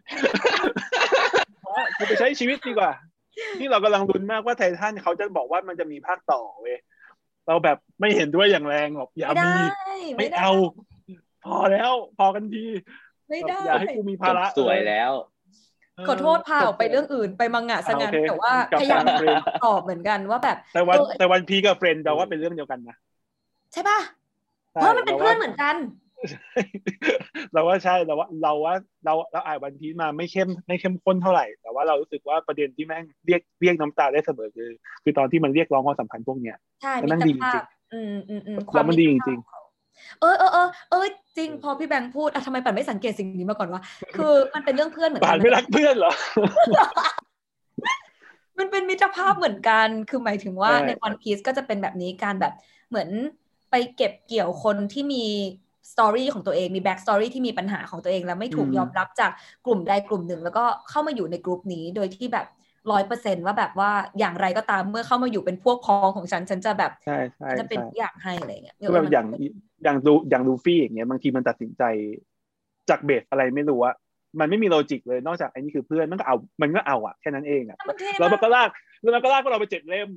กูไปใช้ชีวิตดีกว่าที่เรากำลังลุ้นมากว่าไททันเขาจะบอกว่ามันจะมีภาคต่อเว้ยเราแบบไม่เห็นด้วยอย่างแรงหรอกอย่ามีไม่เอาพอแล้วพอกันทีไม่ได้อย่าให้กูมีภาระสวยแล้วขอโทษพาออกไปเรื่องอื่นไปมังงะซะงั้นแต่ว่าพยายามตอบเหมือนกันว่าแบบแต่วันแต่วันพีกับเฟรนด์เราว่าเป็นเรื่องเดียวกันนะใช่ป่ะเพราะมันเป็นเพื่อนเหมือนกันเราว่าใช่เราว่าเราว่าเราเราอ่านวันพีมาไม่เข้มไม่เข้มข้นเท่าไหร่แต่ว่าเรารู้สึกว่าประเด็นที่แม่งเรียกเรียกน้ำตาได้เสมอคือคือตอนที่มันเรียกร้องความสัมพันธ์พวกเนี้ยใช่มันดีจริงอืมอืมอืมความมันดีจริงเออเออเออเออจริงพอพี่แบงค์พูดอ่ะทำไมปั่นไม่สังเกตสิ่งนี้มาก่อนวะคือมันเป็นเรื่องเพื่อนเหมือนกันปั่นไม่รักเพื่อนเหรอมันเป็นมิตรภาพเหมือนกันคือหมายถึงว่าในวันพีซก็จะเป็นแบบนี้การแบบเหมือนไปเก็บเกี่ยวคนที่มีสตอรี่ของตัวเองมีแบ็กสตอรี่ที่มีปัญหาของตัวเองแล้วไม่ถูกยอมรับจากกลุ่มใดกลุ่มหนึ่งแล้วก็เข้ามาอยู่ในกลุ่มนี้โดยที่แบบร้อยเปอร์เซ็นต์ว่าแบบว่าอย่างไรก็ตามเมื่อเข้ามาอยู่เป็นพวกพ้องของฉันฉันจะแบบใช่ใช่จะเป็นอย่างให้อะไรเงี้ยคือแบบอย่างอย่างดูอย่างลูฟี่อย่างเงี้ยบางทีมันตัดสินใจจากเบสอะไรไม่รู้อะมันไม่มีโลจิกเลยนอกจากไอ้นี่คือเพื่อนมันก็เอามันก็เอาอะแค่นั้นเองอะแล้วมันก็ลากแล้วมันก็ลากพวกเราไปเจ็ดเล่ม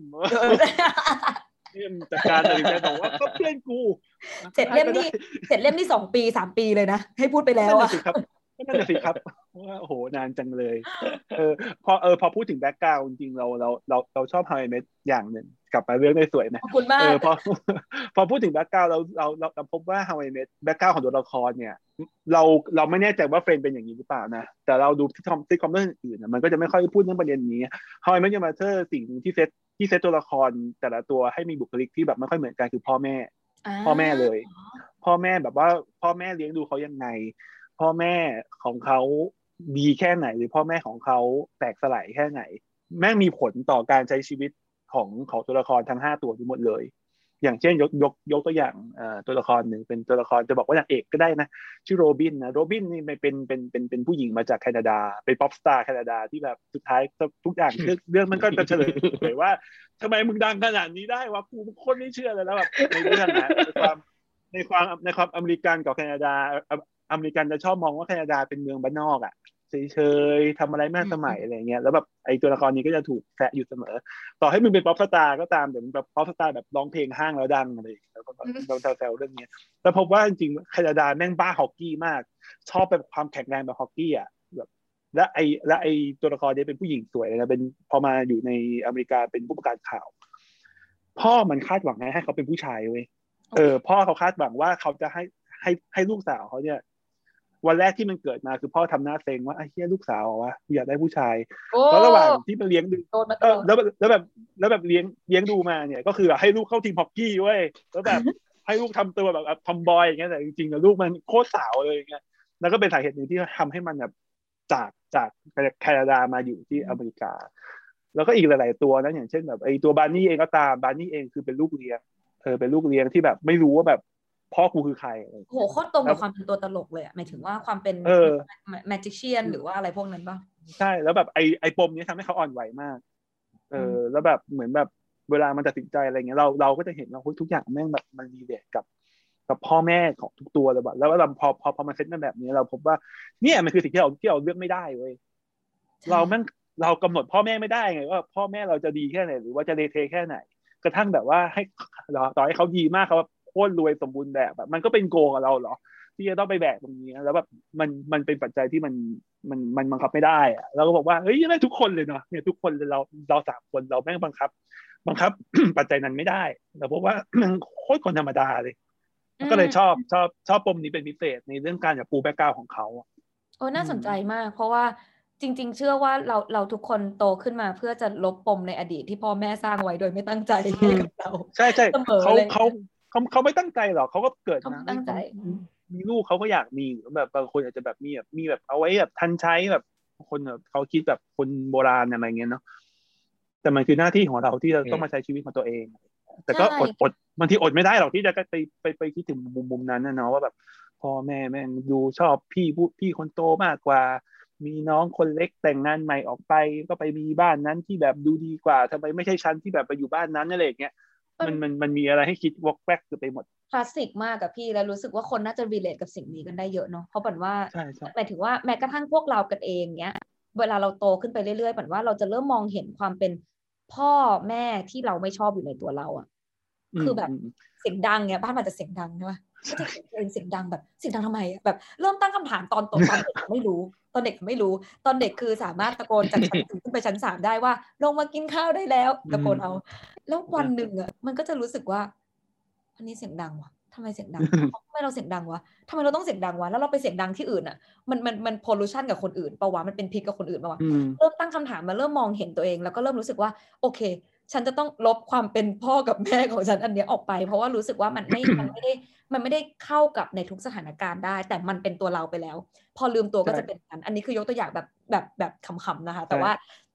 จัดการตัดสินใจบอกว่าก็เพื่อนกูเจ็ดเล่มนี่เจ็ดเล่มนี่สองปีสามปีเลยนะให้พูดไปแล้วอะนั่นแหละสิครับว่าโอ้โหนานจังเลยเออพอเออพอพูดถึงแบ็คกราวด์จริงๆเราเราเราเราชอบไฮเมทอย่างหนึ่งกลับมาเรื่องได้สวยไหมขอบคุณมากเออพอพอพูดถึงแบ็คกราวด์เราเราเราพบว่าไฮเมทแบ็คกราวด์ของตัวละครเนี่ยเราเราไม่แน่ใจว่าเฟรนเป็นอย่างนี้หรือเปล่านะแต่เราดูที่ทอมที่คอมเมนต์อื่นๆมันก็จะไม่ค่อยพูดเรื่องประเด็นนี้ไฮเมทยังมาเธอสิ่งที่เซตที่เซตตัวละครแต่ละตัวให้มีบุคลิกที่แบบไม่ค่อยเหมือนกันคือพ่อแม่พ่อแม่เลยพ่อแม่แบบว่าพ่อแม่เลี้ยงดูเขายังไงพ่อแม่ของเขาดีแค่ไหนหรือพ่อแม่ของเขาแตกสลายแค่ไหนแม่งมีผลต่อการใช้ชีวิตของของตัวละครทั้งห้าตัวทั้งหมดเลยอย่างเช่นยกยกยกตัวอย่างตัวละครหนึ่งเป็นตัวละครจะบอกว่าอย่างเอกก็ได้นะชื่อโรบินนะโรบินนี่เป็นเป็นเป็นเป็นผู้หญิงมาจากแคนาดาเป็นป๊อปสตาร์แคนาดาที่แบบสุดท้ายทุกอย่างเรื่องเรื่องมันก็จะเฉลยเลยว่าทำไมมึงดังขนาดนี้ได้วะกูคนไม่เชื่อเลยแล้วแบบในเรื่องนะในความในความในความอเมริกันกับแคนาดาอเมริกันจะชอบมองว่าแคนาดาเป็นเมืองบ้านนอกอ่ะเฉยๆทำอะไรไม่ทันสมัยอะไรเงี้ยแล้วแบบไอ้ตัวละครนี้ก็จะถูกแซะอยู่เสมอต่อให้มึงเป็นป๊อปสตาร์ก็ตามแต่มึงแบบป๊อปสตาร์แบบร้องเพลงห้างแล้วดังอะไรแล้วก็แบบเราแซวๆเรื่องนี้แต่พบว่าจริงๆแคนาดาแม่งบ้าฮอกกี้มากชอบแบบความแข็งแรงแบบฮอกกี้อ่ะแบบและไอ้และไอ้ตัวละครนี้เป็นผู้หญิงสวยเลยนะเป็นพอมาอยู่ในอเมริกาเป็นผู้ประกาศข่าวพ่อมันคาดหวังให้เขาเป็นผู้ชายเว้ยเออพ่อเขาคาดหวังว่าเขาจะให้ให้ให้ลูกสาวเขาเนี่ยวันแรกที่มันเกิดมาคือพ่อทำหน้าเซ็งว่าไอ้เหี้ยลูกสาววะอยากได้ผู้ชายแล้วระหว่างที่มันเลี้ยงดูเออแล้วแล้วแบบแล้วแบบเลี้ยงเลี้ยงดูมาเนี่ยก็คือให้ลูกเข้าทีมฮอกกี้เว้ยแล้วแบบให้ลูกทำตัวแบบทอมบอยอย่างเงี้ยแต่จริงๆแล้วลูกมันโคตรสาวเลยอย่างเงี้ยแล้วก็เป็นสาเหตุหนึ่งที่ทำให้มันแบบจากจากแคนาดามาอยู่ที่อเมริกาแล้วก็อีกหลายๆตัวนะอย่างเช่นแบบไอ้ตัวบาร์นี่เองก็ตามบาร์นี่เองคือเป็นลูกเลี้ยงเออเป็นลูกเลี้ยงที่แบบไม่รู้ว่าแบบพ่อกูคือใครโหโคตรตรงกับความเป็นตัวตลกเลยอ่ะหมายถึงว่าความเป็นแมจิเชียนหรือว่าอะไรพวกนั้นป่ะใช่แล้วแบบไอไอปมนี้ทำให้เขาอ่อนไหวมากเออแล้วแบบเหมือนแบบเวลามันตัดสินใจอะไรเงี้ยเราเราก็จะเห็นว่าทุกอย่างแม่งแบบมันรีเลทกับกับพ่อแม่ของทุกตัวเลยแบบแล้วเราพอพอพอมาเซตมาแบบนี้เราพบว่าเนี่ยมันคือสิ่งที่เราที่เราเลือกไม่ได้เว้ยเราแม่งเรากำหนดพ่อแม่ไม่ได้ไงว่าพ่อแม่เราจะดีแค่ไหนหรือว่าจะเลเทแค่ไหนกระทั่งแบบว่าให้ต่อให้เขาดีมากเขาโคตรรวยสมบูรณ์แบบแบบมันก็เป็นโกงกับเราเหรอที่จะต้องไปแบกตรงนี้แล้วแบบมันมันเป็นปัจจัยที่มันมันมันบังคับไม่ได้อะเราก็บอกว่าเฮ้ยแม่งทุกคนเลยเนาะเนี่ยทุกคนเราเราสามคนเราแม่งบังคับบังคับ ปัจจัยนั้นไม่ได้เราบอกว่ามันโคตรคนธรรมดาเลยก็เลยชอบชอบชอบปมนี้เป็นพิเศษในเรื่องการแบบปูแบ็คกราวด์ของเขาโอ้น่าสนใจมากเพราะว่าจริงๆเชื่อว่าเราเราทุกคนโตขึ้นมาเพื่อจะลบปมในอดีตที่พ่อแม่สร้างไว้โดยไม่ตั้งใจให้กับเราใช่ใช่เขาเขาเขาเขาไม่ตั้งใจหรอกเขาก็เกิดมาตั้งใจมีลูกเขาก็อยากมีแบบบางคนอาจจะแบบมีแบบมีแบบเอาไว้แบบทันใช้แบบคนแบบเขาคิดแบบคนโบราณอะไรเงี้ยเนาะแต่มันคือหน้าที่ของเราที่เราต้องมาใช้ชีวิตของตัวเองแต่ก็อดอดบางทีอดไม่ได้หรอกที่จะไปไปไปคิดถึงมุมมุมนั้นนะเนาะว่าแบบพ่อแม่แม่งดูชอบพี่ผู้พี่คนโตมากกว่ามีน้องคนเล็กแต่งงานใหม่ออกไปก็ไปมีบ้านนั้นที่แบบดูดีกว่าทำไมไม่ใช่ฉันที่แบบไปอยู่บ้านนั้นอะไรอย่างเงี้ยมันมันมันมีอะไรให้คิดวอกแวกไปหมดคลาสสิกมากกับพี่แล้วรู้สึกว่าคนน่าจะรีเลทกับสิ่งนี้กันได้เยอะเนาะเพราะบันว่าหมายถึงว่าแม้กระทั่งพวกเรากันเองเนี้ยเวลาเราโตขึ้นไปเรื่อยๆบันว่าเราจะเริ่มมองเห็นความเป็นพ่อแม่ที่เราไม่ชอบอยู่ในตัวเราอ่ะคือแบบเสียงดังเนี้ยบ้านมันจะเสียงดังใช่ไหมก็จะเองเสียงดังแบบเสียงดังทำไมแบบเริ่มตั้งคำถามตอนโตตอนเด็กไม่รู้ตอนเด็กไม่รู้ตอนเด็กคือสามารถตะโกนจากชั้นขึ้นไปชั้นสามได้ว่าลงมากินข้าวได้แล้วตะโกนเอาแล้ววันหนึ่งอ่ะมันก็จะรู้สึกว่าอันนี้เสียงดังวะทำไมเสียงดังทำไมเราเสียงดังวะทำไมเราต้องเสียงดังวะแล้วเราไปเสียงดังที่อื่นอ่ะมันมันมันพอลูชันกับคนอื่นปะวะมันเป็นพิษกับคนอื่นปะวะเริ่มตั้งคำถามมาเริ่มมองเห็นตัวเองแล้วก็เริ่มรู้สึกว่าโอเคฉันจะต้องลบความเป็นพ่อกับแม่ของฉันอันนี้ออกไปเพราะว่ารู้สึกว่ามันไม่มันไม่ได้มันไม่ได้เข้ากับในทุกสถานการณ์ได้แต่มันเป็นตัวเราไปแล้วพอลืมตัวก็จะเป็นกันอันนี้คือยกตัวอย่างแบบแบบแบบขำๆนะคะแต่ว่า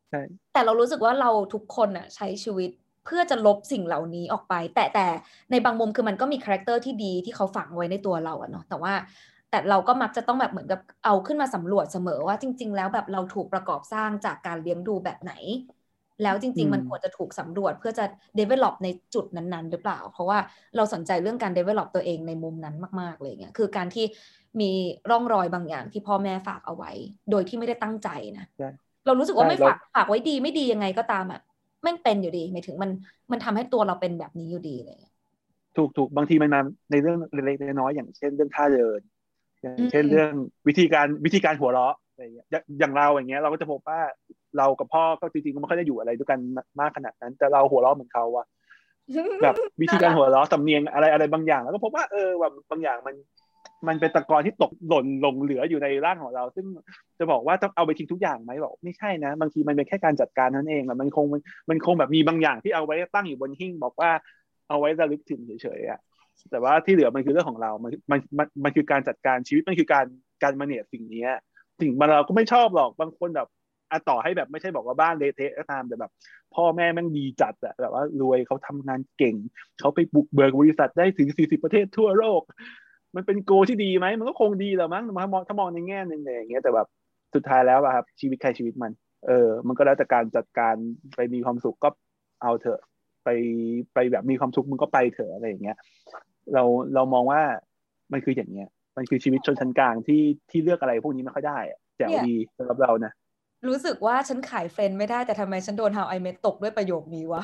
ใช่แต่เรารู้สึกว่าเราทุกคนอ่ะใช้ชีวิตเพื่อจะลบสิ่งเหล่านี้ออกไปแต่แต่ในบางมุมคือมันก็มีคาแรคเตอร์ที่ดีที่เขาฝังไว้ในตัวเราอะเนาะแต่ว่าแต่เราก็มักจะต้องแบบเหมือนกับเอาขึ้นมาสำรวจเสมอว่าจริงๆแล้วแบบเราถูกประกอบสร้างจากการเลี้ยงดูแบบไหนแล้วจริงๆมันควรจะถูกสำรวจเพื่อจะ develop ในจุดนั้นๆหรือเปล่าเพราะว่าเราสนใจเรื่องการ develop ตัวเองในมุมนั้นมากๆเลยเงี้ยคือการที่มีร่องรอยบางอย่างที่พ่อแม่ฝากเอาไว้โดยที่ไม่ได้ตั้งใจนะเรารู้สึกว่าไม่ฝากฝากไว้ดีไม่ดียังไงก็ตามอ่ะแม่งเป็นอยู่ดีหมายถึงมันมันทำให้ตัวเราเป็นแบบนี้อยู่ดีเลยถูกถูกบางทีมันมาในเรื่องเล็กๆน้อยๆอย่างเช่นเรื่องท่าเดินอย่างเช่นเรื่องวิธีการวิธีการหัวเราะอะไรอย่างเงี้ยอย่างเราอย่างเงี้ยเราก็จะพบว่าเรากับพ่อก็จริงๆก็ไม่ค่อยได้อยู่อะไรด้วยกันมากขนาดนั้นแต่เราหัวเราะเหมือนเขาอะแบบวิธีการหัวเราะสำเนียงอะไรอะไรบางอย่างแล้วก็พบว่าเออแบบบางอย่างมันมันเป็นตะกอนที่ตกหล่นหลงเหลืออยู่ในร่างของเราซึ่งจะบอกว่าต้องเอาไปทิ้งทุกอย่างไหมบอกไม่ใช่นะบางทีมันเป็นแค่การจัดการนั่นเองอะมันคงมันมันคงแบบมีบางอย่างที่เอาไว้ตั้งอยู่บนหิ้งบอกว่าเอาไว้ระลึกถึงเฉยๆอะแต่ว่าที่เหลือมันคือเรื่องของเรามันมันมันมันคือการจัดการชีวิตมันคือการการมาเนจสิ่งนี้สิ่งมันเราก็ไม่ชอบหรอกบางคนแบบอะต่อให้แบบไม่ใช่บอกว่าบ้านเละเทะก็ตามแต่แบบพ่อแม่แม่งดีจัดอะแบบว่ารวยเขาทำงานเก่งเขาไปบุกเบิกบริษัทได้ถึงสี่สิบประเทศทั่วโลกมันเป็นโกที่ดีไหมมันก็คงดีแหละมั้งถ้ามองถ้ามองในแง่นึงเลยอย่างเงี้ยแต่แบบสุดท้ายแล้วอะครับชีวิตใครชีวิตมันเออมันก็แล้วแต่การจัดการไปมีความสุขก็เอาเถอะไปไปแบบมีความสุขมึงก็ไปเถอะอะไรอย่างเงี้ยเราเรามองว่ามันคืออย่างเงี้ยมันคือชีวิตชนชั้นกลางที่ที่เลือกอะไรพวกนี้ไม่ค่อยได้แจ๋วดีสำหรับเรานะรู้สึกว่าฉันขายเฟรนด์ไม่ได้แต่ทำไมฉันโดน How I Met ตกด้วยประโยคนี้วะ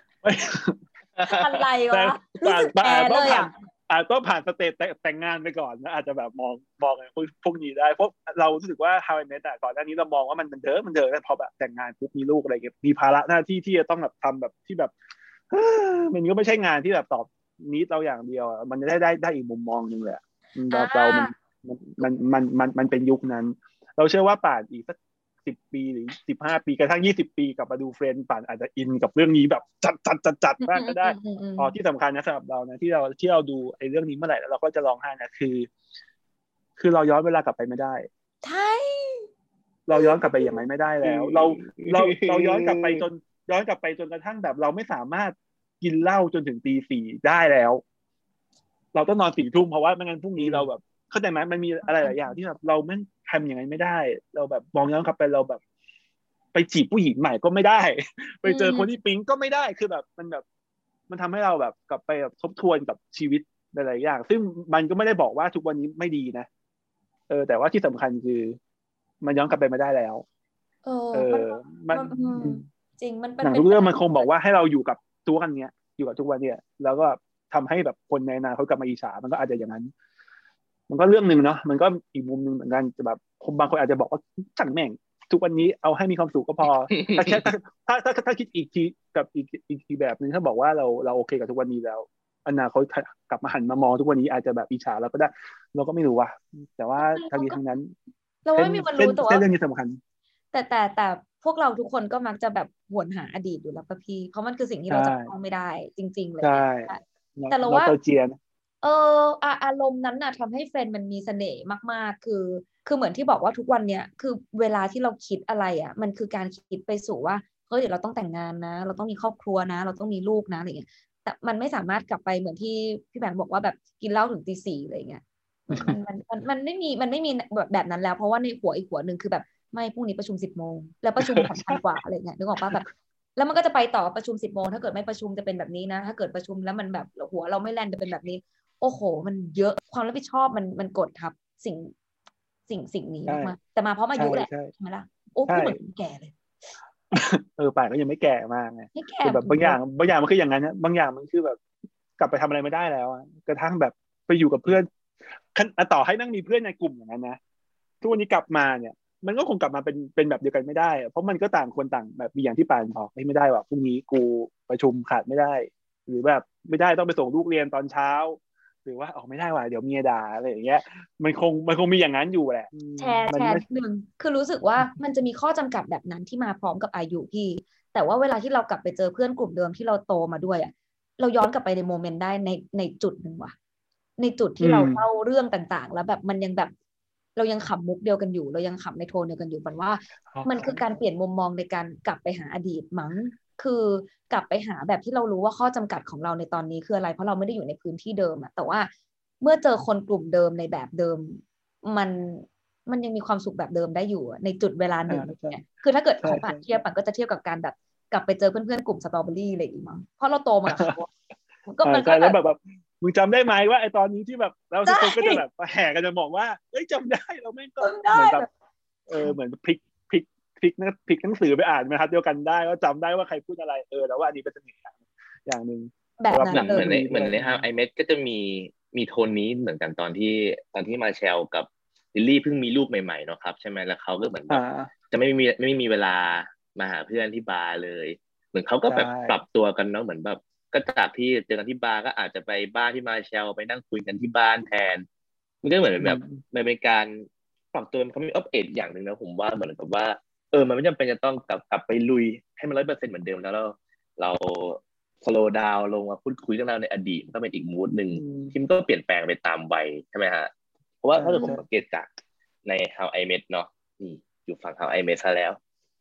อะไรวะรู้สึกแย่เลยอ่ะอาจต้องผ่านสเตจแต่งงานไปก่อนนะอาจจะแบบมองมองพวกนี้ได้เพราะเรารู้สึกว่า How I Met อ่ะก่อนหน้านี้เรามองว่ามันมันเถอะมันเถอะแล้วพอแบบแต่งงานปุ๊บมีลูกอะไรเงี้ยมีภาระหน้าที่ที่จะต้องแบบทำแบบที่แบบมันก็ไม่ใช่งานที่แบบตอบนิดเราอย่างเดียวมันจะได้ได้ได้อีกมุมมองนึงแหละแบบเรามันมันมันมันมันเป็นยุคนั้นเราเชื่อว่าป่านอีกสักสิบปีหรือสิบห้าปีกระทั่งยี่สิบปีกลับมาดูเฟรนด์ป่านอาจจะอินกับเรื่องนี้แบบจัดจัดจัดจัดมากก็ได้อ๋อที่สำคัญนะสำหรับเรานะที่เราที่เราดูไอ้เรื่องนี้เมื่อไหร่แล้วเราก็จะร้องไห้นะคือคือเราย้อนเวลากลับไปไม่ได้ใช่เราย้อนกลับไปอย่างไรไม่ได้แล้วเราเราเราย้อนกลับไปจนย้อนกลับไปจนกระทั่งแบบเราไม่สามารถกินเหล้าจนถึงตีสี่ได้แล้วเราต้องนอนสี่ทุ่มเพราะว่าไม่งั้นพรุ่งนี้เราแบบเข้าใจไหมมันมีอะไรหลายอย่างที่แบบเราไม่ทำอย่างนั้นไม่ได้เราแบบมองย้อนกลับไปเราแบบไปจีบผู้หญิงใหม่ก็ไม่ได้ไปเจอคนที่ปิ๊งก็ไม่ได้คือแบบมันแบบมันทำให้เราแบบกลับไปแบบทบทวนกับชีวิตหลายๆอย่างซึ่งมันก็ไม่ได้บอกว่าทุกวันนี้ไม่ดีนะเออแต่ว่าที่สำคัญคือมันย้อนกลับไปไม่ได้แล้วเออเออมันจริงมันเป็นหนังทุกเรื่องมันคงบอกว่าให้เราอยู่กับตัวกันเนี้ยอยู่กับทุกวันเนี้ยแล้วก็ทำให้แบบคนในอนาคตกลับมาอิจฉามันก็อาจจะอย่างนั้นมันก็เรื่องนึงเนาะมันก็อีกมุมนึงเหมือนกันจะแบบบางคนอาจจะบอกว่าช่างแม่งทุกวันนี้เอาให้มีความสุขก็พอถ้าแค่ถ้าถ้าถ้าคิดอีกทีกับอีกอีกทีแบบนึงถ้าบอกว่าเราเราโอเคกับทุกวันนี้แล้วอนาคตกลับมาหันมามองทุกวันนี้อาจจะแบบอิจฉาเราก็ได้เราก็ไม่รู้ว่ะแต่ว่าทางนี้ทางนั้นเราไม่มีวันรู้แต่ว่าเรื่องนี้สำคัญแต่แต่แต่พวกเราทุกคนก็มักจะแบบหวนหาอดีตอยู่แล้วป่ะพี่เพราะมันคือสิ่งที่เราจะต้องไม่ได้จริงๆเลยแต่เราว่าเอออารมณ์นั้นน่ะทำให้เฟรนด์มันมีเสน่ห์มากๆคือคือเหมือนที่บอกว่าทุกวันเนี้ยคือเวลาที่เราคิดอะไรอ่ะมันคือการคิดไปสู่ว่าเฮ้ยเดี๋ยวเราต้องแต่งงานนะเราต้องมีครอบครัวนะเราต้องมีลูกนะอะไรเงี้ยแต่มันไม่สามารถกลับไปเหมือนที่พี่แบงค์บอกว่าแบบกินเหล้าถึงตีสี่อะไรเงี้ยมันมันมันมันไม่มีมันไม่มีแบบแบบนั้นแล้วเพราะว่าในหัวอีกหัวหนึ่งคือแบบไม่พรุ่งนี้ประชุมสิบโมงแล้วประชุมสำคัญกว่าอะไรเงี้ยนึกออกป่ะแบบแล้วมันก็จะไปต่อประชุมสิบโมงถ้าเกิดไม่ประชุมจะเป็นแบบนี้นะถ้าเกิดประชุมแล้วมันแบบหัวเราไม่แล่นจะเป็นแบบนี้โอ้โหมันเยอะความรับผิดชอบมันมันกดทับสิ่งสิ่งสิ่งนี้มากแต่มาเพราะอายุแหละใช่ไหมล่ะโอ้พูดเหมือนแก่เลยเออป่านก็ยังไม่แก่มากไงคือแบบบางอย่างบางอย่างมันคืออย่างนั้นนะบางอย่างมันคือแบบกลับไปทำอะไรไม่ได้แล้วกระทั่งแบบไปอยู่กับเพื่อนต่อให้นั่งมีเพื่อนในกลุ่มอย่างนั้นนะทุกวันนี้กลับมาเนี่ยมันก็คงกลับมาเป็นเป็นแบบเดียวกันไม่ได้เพราะมันก็ต่างคนต่างแบบมีอย่างที่ป่านบอกไม่ได้ว่าพรุ่งนี้กูประชุมขาดไม่ได้หรือแบบไม่ได้ต้องไปส่งลูกเรียนตอนเช้าหรือว่าออกไม่ได้ว่ะเดี๋ยวเมียด่าอะไรอย่างเงี้ยมันคงมันคงมีอย่างนั้นอยู่แหละแชร์แชร์หนึ่งคือรู้สึกว่ามันจะมีข้อจำกัดแบบนั้นที่มาพร้อมกับอายุพี่แต่ว่าเวลาที่เรากลับไปเจอเพื่อนกลุ่มเดิมที่เราโตมาด้วยอ่ะเราย้อนกลับไปในโมเมนต์ได้ในในจุดหนึ่งว่ะในจุดที่เราเล่าเรื่องต่างๆแล้วแบบมันยังแบบเรายังขำมุกเดียวกันอยู่เรายังขำในโทนเดียวกันอยู่ปันว่ามันคือการเปลี่ยนมุมมองในการกลับไปหาอดีตมั้งคือกลับไปหาแบบที่เรารู้ว่าข้อจำกัดของเราในตอนนี้คืออะไรเพราะเราไม่ได้อยู่ในพื้นที่เดิมอะแต่ว่าเมื่อเจอคนกลุ่มเดิมในแบบเดิมมันมันยังมีความสุขแบบเดิมได้อยู่ในจุดเวลาหนึ่งเนี่ยคือถ้าเกิดของปั่นเทียบปั่นก็จะเทียบกับการแบบกลับไปเจอเพื่อนๆกลุ่มสตรอเบอรี่อะไรอีกมั้งเพราะเราโตมากับเขาก็มันก็แบบแบบมึงจำได้ไหมว่าไอตอนนี้ที่แบบเราทุกคนก็จะแบบแห่กันจะบอกว่าเอ้ยจำได้เราไม่ก็เหมือนแบบเออเหมือนพลิกพลิกพลิกนะพลิกหนังสือไปอ่านมาครับเดียวกันได้ก็จำได้ว่าใครพูดอะไรเออแล้วว่าอันนี้เป็นสิ่งอย่างนึงแบบนั้นเหมือนในเหมือนในฮาวไอเมดก็จะมีมีโทนนี้เหมือนกันตอนที่ตอนที่มาแชลกับลิลลี่เพิ่งมีลูกใหม่ๆเนาะครับใช่ไหมแล้วเขาก็เหมือนแบบจะไม่มีไม่มีเวลามาหาเพื่อนที่บาร์เลยเหมือนเขาก็แบบปรับตัวกันเนาะเหมือนแบบก็จากที่เจอกันที่บาร์ก็อาจจะไปบ้านที่มาแชลไปนั่งคุยกันที่บ้านแทนมันก็เหมือนแบบมันเป็นการปรับตัวเขามีอัปเดตอย่างนึงนะผมว่าเหมือนกับว่าเออมันไม่จำเป็นจะต้องกลับกลับไปลุยให้มัน ร้อยเปอร์เซ็นต์ เหมือนเดิมแล้วเราเราสโลว์ดาวน์ลงมาพูดคุยเรื่องราวในอดีตก็เป็นอีกมูดนึงที่มันก็เปลี่ยนแปลงไปตามวัยใช่ไหมฮะเพราะว่าถ้าผมสังเกตจากใน How I Met เนาะนี่อยู่ฝั่ง How I Met ซะแล้ว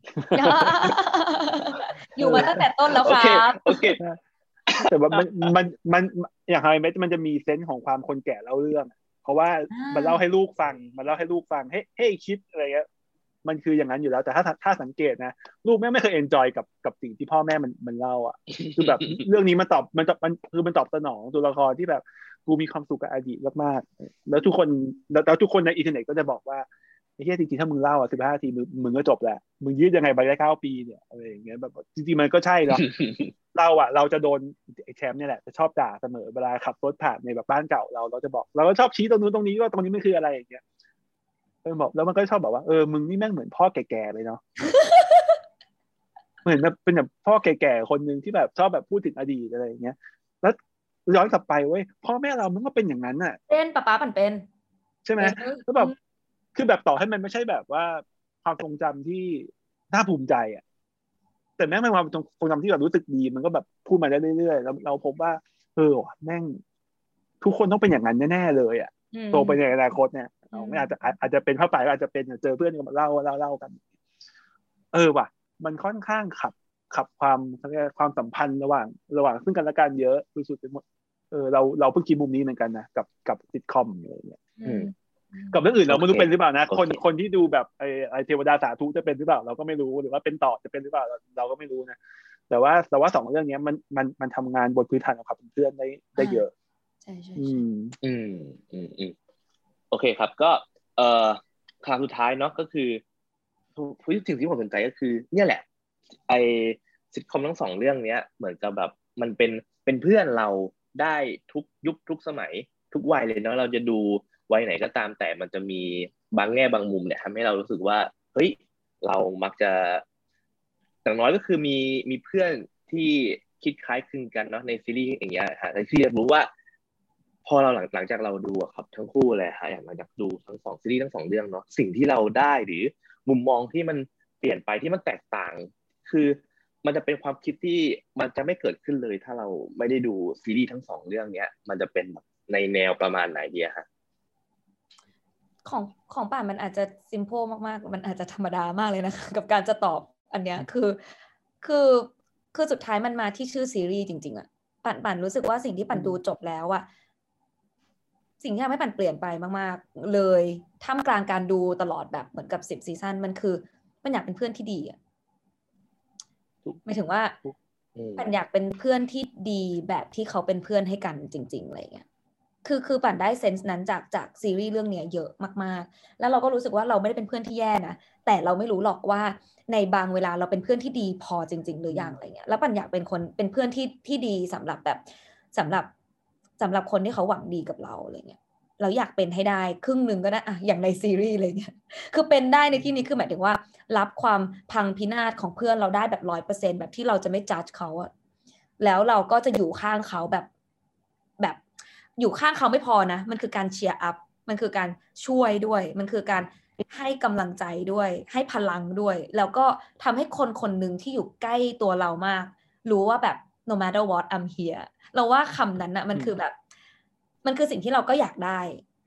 อยู่มาตั้งแต่ต้นแล้วครับโอเคแต่ว่ามันมันมันอย่าง How I Met มันจะมีเซนส์ของความคนแก่เล่าเรื่องเพราะว่ามันเล่าให้ลูกฟังมันเล่าให้ลูกฟังเฮ้เฮ้คิดอะไรเงี้ยมันคืออย่างนั้นอยู่แล้วแต่ถ้าถ้าสังเกตนะลูกแม่ไม่เคยเอนจอยกับกับสิ่งที่พ่อแม่มันมันเล่าอ่ะคือแบบเรื่องนี้มันตอบมันมันคือมันตอบสนองตัวละครที่แบบกูมีความสุขกับอดีตมากๆแล้วทุกคนแล้วทุกคนในอินเทอร์เน็ตก็จะบอกว่าไอ้เหี้ยจริงๆถ้ามึงเล่าอ่ะสิบห้านาทีมึงมึงก็จบแหละมึงยืดยังไงไปได้เก้าปีเนี่ยอะไรอย่างเงี้ยแบบจริงๆมันก็ใช่เนาะเราอ่ะเราจะโดนไอ้แชมป์เนี่ยแหละจะชอบด่าเสมอเวลาขับรถผ่านในแบบบ้านเก่าเราเราจะบอกเราก็ชอบชี้ตรงนู้นตรงนี้ว่าตรงนี้มันคืออะไรอย่างเงี้ยเออบอกแล้วมันก็ชอบบอกว่าเออมึงนี่แม่งเหมือนพ่อแก่ๆเลยเนาะ เหมือนแบบเป็นแบบพ่อแก่ๆคนนึงที่แบบชอบแบบพูดถึงอดีตอะไรอย่างเงี้ยแล้วย้อนกลับไปเว้ยพ่อแม่เรามันก็เป็นอย่างนั้นน่ะเป็นป้าป้าปั่นเป็นใช่ไหมแล้วแบบคือแบบต่อให้มันไม่ใช่แบบว่าความทรงจำที่น่าภูมิใจอ่ะแต่แม่งเป็นความทรงจำที่แบบรู้สึกดีมันก็แบบพูดมาได้เรื่อยๆแล้วเราพบว่าเออแม่งทุกคนต้องเป็นอย่างนั้นแน่ๆเลยอ่ะโตไปในอนาคตเนี่ยไม่อาจจะอาจจะเป็นเข้าไปอาจจะเป็นเจอเพื่อนกันมาเล่าเล่าเล่ากันเออว่ะมันค่อนข้างขับขับความความสัมพันธ์ระหว่างระหว่างซึ่งกันและกันเยอะสุดๆไปหมดเออเราเราเพิ่งคิดมุมนี้เหมือนกันนะกับกับซิทคอมอะไรเงี้ยกับเรื่องอื่นเราไม่รู้เป็นหรือเปล่านะคนคนที่ดูแบบไอ้ไอ้เทวดาสาธุจะเป็นหรือเปล่าเราก็ไม่รู้หรือว่าเป็นต่อจะเป็นหรือเปล่าเราก็ไม่รู้นะแต่ว่าแต่ว่าสองเรื่องนี้มันมันมันทำงานบนพื้นฐานของความเป็นเพื่อนได้ได้เยอะใช่ใช่อืมอืมอืมอืมโอเคครับก็เอ่อคำสุดท้ายเนาะก็คือสิ่งที่ผมสนใจก็คือเนี่ยแหละไอซิทคอมทั้งสองเรื่องเนี้ยเหมือนกับแบบมันเป็นเป็นเพื่อนเราได้ทุกยุคทุกสมัยทุกวัยเลยเนาะเราจะดูวัยไหนก็ตามแต่มันจะมีบางแง่บางมุมเนี่ยทำให้เรารู้สึกว่าเฮ้ยเรามักจะอย่างน้อยก็คือมีมีเพื่อนที่คิดคล้ายคลึงกันเนาะในซีรีส์อย่างเงี้ยฮะแต่ที่อยากรู้ว่าพอเราหลังหลังจากเราดูครับทั้งคู่เลยฮะอย่างหลังจากดูทั้งสองซีรีส์ทั้งสองเรื่องเนาะสิ่งที่เราได้หรือมุมมองที่มันเปลี่ยนไปที่มันแตกต่างคือมันจะเป็นความคิดที่มันจะไม่เกิดขึ้นเลยถ้าเราไม่ได้ดูซีรีส์ทั้งสองเรื่องเนี้ยมันจะเป็นแบบในแนวประมาณไหนดีฮะของของป่านมันอาจจะซิมเพิลมากๆมันอาจจะธรรมดามากเลยนะคะกับการจะตอบอันเนี้ยคือคือคือสุดท้ายมันมาที่ชื่อซีรีส์จริงๆอ่ะป่านป่านรู้สึกว่าสิ่งที่ป่านดูจบแล้วอ่ะสิ่งที่ทำให้ป่านเปลี่ยนไปมากๆเลยท่ามกลางการดูตลอดแบบเหมือนกับสิบซีซั่นมันคือมันอยากเป็นเพื่อนที่ดีอ่ะหมายถึงว่าป่านอยากเป็นเพื่อนที่ดีแบบที่เขาเป็นเพื่อนให้กันจริงๆอะไรเงี้ยคือคือป่านได้เซนส์นั้นจากจากซีรีส์เรื่องนี้เยอะมากๆแล้วเราก็รู้สึกว่าเราไม่ได้เป็นเพื่อนที่แย่นะแต่เราไม่รู้หรอกว่าในบางเวลาเราเป็นเพื่อนที่ดีพอจริงๆหรือยังอะไรเงี้ยแล้วป่านอยากเป็นคนเป็นเพื่อนที่ที่ดีสำหรับแบบสำหรับสำหรับคนที่เขาหวังดีกับเราอะไรเงี้ยเราอยากเป็นให้ได้ครึ่งนึงก็ได้อะอย่างในซีรีส์อะไรเงี้ยคือเป็นได้ในที่นี้คือหมายถึงว่ารับความพังพินาศของเพื่อนเราได้แบบ ร้อยเปอร์เซ็นต์ แบบที่เราจะไม่จัดเขาอะแล้วเราก็จะอยู่ข้างเขาแบบแบบอยู่ข้างเขาไม่พอนะมันคือการเชียร์อัพมันคือการช่วยด้วยมันคือการให้กำลังใจด้วยให้พลังด้วยแล้วก็ทำให้คนคนหนึ่งที่อยู่ใกล้ตัวเรามากรู้ว่าแบบ no matter what I'm here เราว่าคำนั้นนะมันคือแบบมันคือสิ่งที่เราก็อยากได้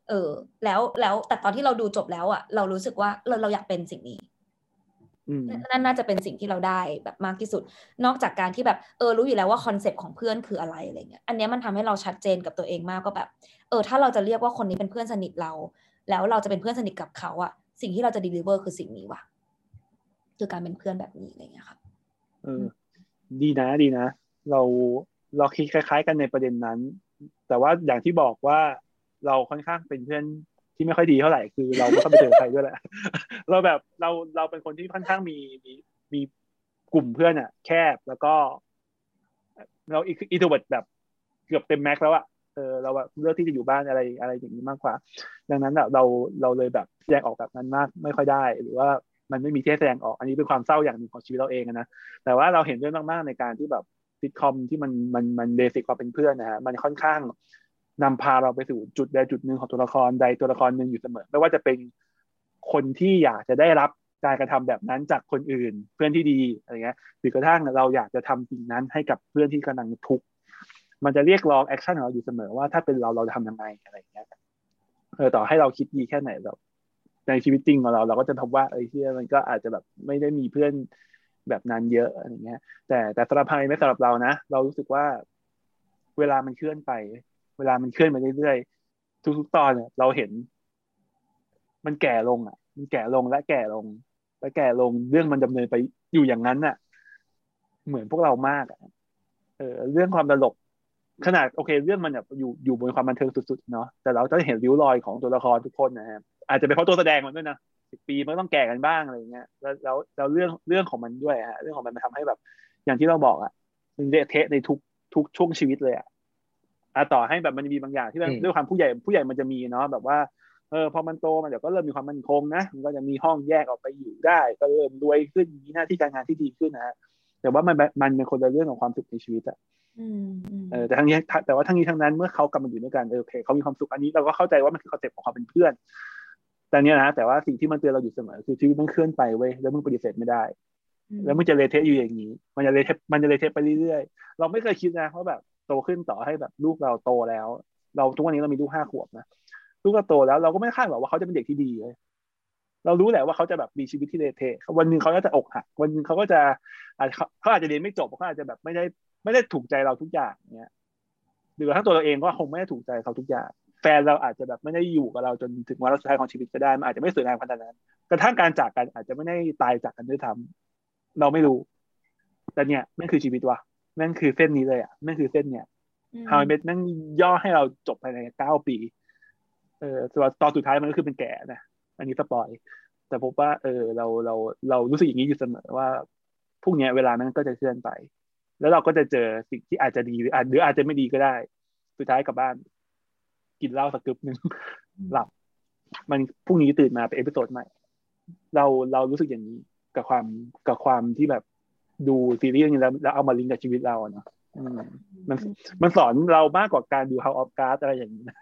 เออแล้วแล้วแต่ตอนที่เราดูจบแล้วอ่ะเรารู้สึกว่าเราเราอยากเป็นสิ่งนี้นั่นน่าจะเป็นสิ่งที่เราได้แบบมากที่สุดนอกจากการที่แบบเออรู้อยู่แล้วว่าคอนเซปต์ของเพื่อนคืออะไรอะไรเงี้ยอันนี้มันทำให้เราชัดเจนกับตัวเองมากก็แบบเออถ้าเราจะเรียกว่าคนนี้เป็นเพื่อนสนิทเราแล้วเราจะเป็นเพื่อนสนิทกับเขาอ่ะสิ่งที่เราจะ deliver คือสิ่งนี้ว่ะคือการเป็นเพื่อนแบบนี้อะไรเงี้ยครับเออดีนะดีนะเราเราคิดคล้ายๆกันในประเด็นนั้นแต่ว่าอย่างที่บอกว่าเราค่อนข้างเป็นเพื่อนที่ไม่ค่อยดีเท่าไหร่คือเราไม่ค่อยไปเจอใครด้วยแหละเราแบบเราเราเป็นคนที่ค่อนข้างมีมีมีกลุ่มเพื่อนอ่ะแคบแล้วก็เราอินโทรเวิร์ตแบบเกือบเต็มแม็กซ์แล้วอ่ะเออเราแบบเลือกที่จะอยู่บ้านอะไรอะไรอย่างนี้มากกว่าดังนั้นอ่ะเราเราเลยแบบแสดงออกแบบนั้นมากไม่ค่อยได้หรือว่ามันไม่มีที่แสดงออกอันนี้เป็นความเศร้าอย่างหนึ่งของชีวิตเราเองนะแต่ว่าเราเห็นด้วยมากๆในการที่แบบซิทคอมที่มันมันมันเบสิกความเป็นเพื่อนนะฮะมันค่อนข้างนำพาเราไปสู่จุดใดจุดหนึ่งของตัวละครใดตัวละครหนึ่งอยู่เสมอไม่ว่าจะเป็นคนที่อยากจะได้รับการกระทำแบบนั้นจากคนอื่นเพื่อนที่ดีอะไรเงี้ยหรือกระทั่งเราอยากจะทำสิ่งนั้นให้กับเพื่อนที่กำลังทุกข์มันจะเรียกร้องแอคชั่นของเราอยู่เสมอว่าถ้าเป็นเราเราจะทำยังไงอะไรเงี้ยเออต่อให้เราคิดดีแค่ไหนเราในชีวิตจริงของเราเราก็จะพบว่าเออที่มันก็อาจจะแบบไม่ได้มีเพื่อนแบบนั้นเยอะอะไรเงี้ยแต่แต่สำหรับไฮไม่สำหรับเรานะเรารู้สึกว่าเวลามันเคลื่อนไปเวลามันเคลื่อนไปเรื่อยๆทุกๆตอนเนี่ยเราเห็นมันแก่ลงอ่ะมันแก่ลงและแก่ลงและแก่ลงเรื่องมันดำเนินไปอยู่อย่างนั้นน่ะเหมือนพวกเรามากอ่ะเออเรื่องความตลกขนาดโอเคเรื่องมันแบบอยู่อยู่บนความบันเทิงสุดๆเนาะแต่เราจะเห็นริ้วรอยของตัวละครทุกคนนะฮะอาจจะเป็นเพราะตัวแสดงมันด้วยนะสิบปีมันต้องแก่กันบ้างอะไรอย่างเงี้ยแล้วแล้วแล้วเรื่องเรื่องของมันด้วยฮะเรื่องของมันมันทำให้แบบอย่างที่เราบอกอ่ะมันเละเทะในทุกทุกช่วงชีวิตเลยอ่ะอ่ะต่อให้แบบมันมีบางอย่างที่ด้วยความผู้ใหญ่ผู้ใหญ่มันจะมีเนาะแบบว่าเออพอมันโตมันเดี๋ยวก็เริ่มมีความมั่นคงนะมันก็จะมีห้องแยกออกไปอยู่ได้ก็เริ่มรวยขึ้นมีหน้าที่การงานที่ดีขึ้นนะฮะแต่ว่ามันมันเป็นคนละเรื่องของความสุขในชีวิตอ่ะเออแต่ทั้งนี้แต่ว่าทั้งนี้ทั้งนั้นเมื่อเขากลับมาอยู่ด้วยกันเออโอเคเขามีความสุขอันนี้เราก็เข้าใจว่ามันคือคอนเซ็ปต์ของความเป็นเพื่อนแต่เนี้ยนะแต่ว่าสิ่งที่มันเตือนเราอยู่เสมอคือชีวิตมันเคลื่อนไปเว้ยแล้วมึงปฏิเสธไม่ได้แล้วมันจะเละเทะอยู่อย่างนี้มันจะเละเทะมันจะเละเทะไปเรื่อยๆเราไม่เคยคิดนะว่าแบบโตขึ้นต่อให้แบบลูกเราโตแล้วเราทุกวันนี้เรามีลูกห้าขวบนะลูกเราโตแล้วเราก็ไม่คาดหวังว่าเขาจะเป็นเด็กที่ดีเลยเรารู้แหละว่าเขาจะแบบมีชีวิตที่เละเทะวันนึงเขาก็จะอกหักวันนึงเขาก็จะเขาอาจจะเรียนไม่จบเขาอาจจะแบบไม่ได้ไม่ได้ถูกใจเราทุกอย่างเนี้ยหรือทั้งตัวเราเองก็คงไม่ได้ถูกใจเขาทุกอย่างแฟนเราอาจจะแบบไม่ได้อยู่กับเราจนถึงวันสุดท้ายของชีวิตก็ได้มันอาจจะไม่สวยงามขนาดนั้นกระทั่งการจากกันอาจจะไม่ได้ตายจากกันด้วยซ้ำเราไม่รู้แต่เนี่ยนั่นคือชีวิตว่ะนั่นคือเส้นนี้เลยอ่ะนั่นคือเส้นเนี่ยฮาวเมดนั่งย่อให้เราจบภายในเก้าปีเออส่วนตอนสุดท้ายมันก็คือเป็นแก่นะอันนี้สปอยแต่พบว่าเออเราเราเรารู้สึกอย่างนี้อยู่เสมอว่าพรุ่งนี้เวลานั้นก็จะเคลื่อนไปแล้วเราก็จะเจอสิ่งที่อาจจะดีหรืออาจหรืออาจจะไม่ดีก็ได้สุดท้ายกลับบ้านกินเหล้าสักกึบนึงหลับมันพรุ่งนี้ตื่นมาเป็นเอพิโซดใหม่เราเรารู้สึกอย่างนี้กับความกับความที่แบบดูซีรีส์นี้แล้วแล้วเอามาลิงก์กับชีวิตเราเนาะมันมันสอนเรามากกว่าการดู House of Cards อะไรอย่างนี้นะ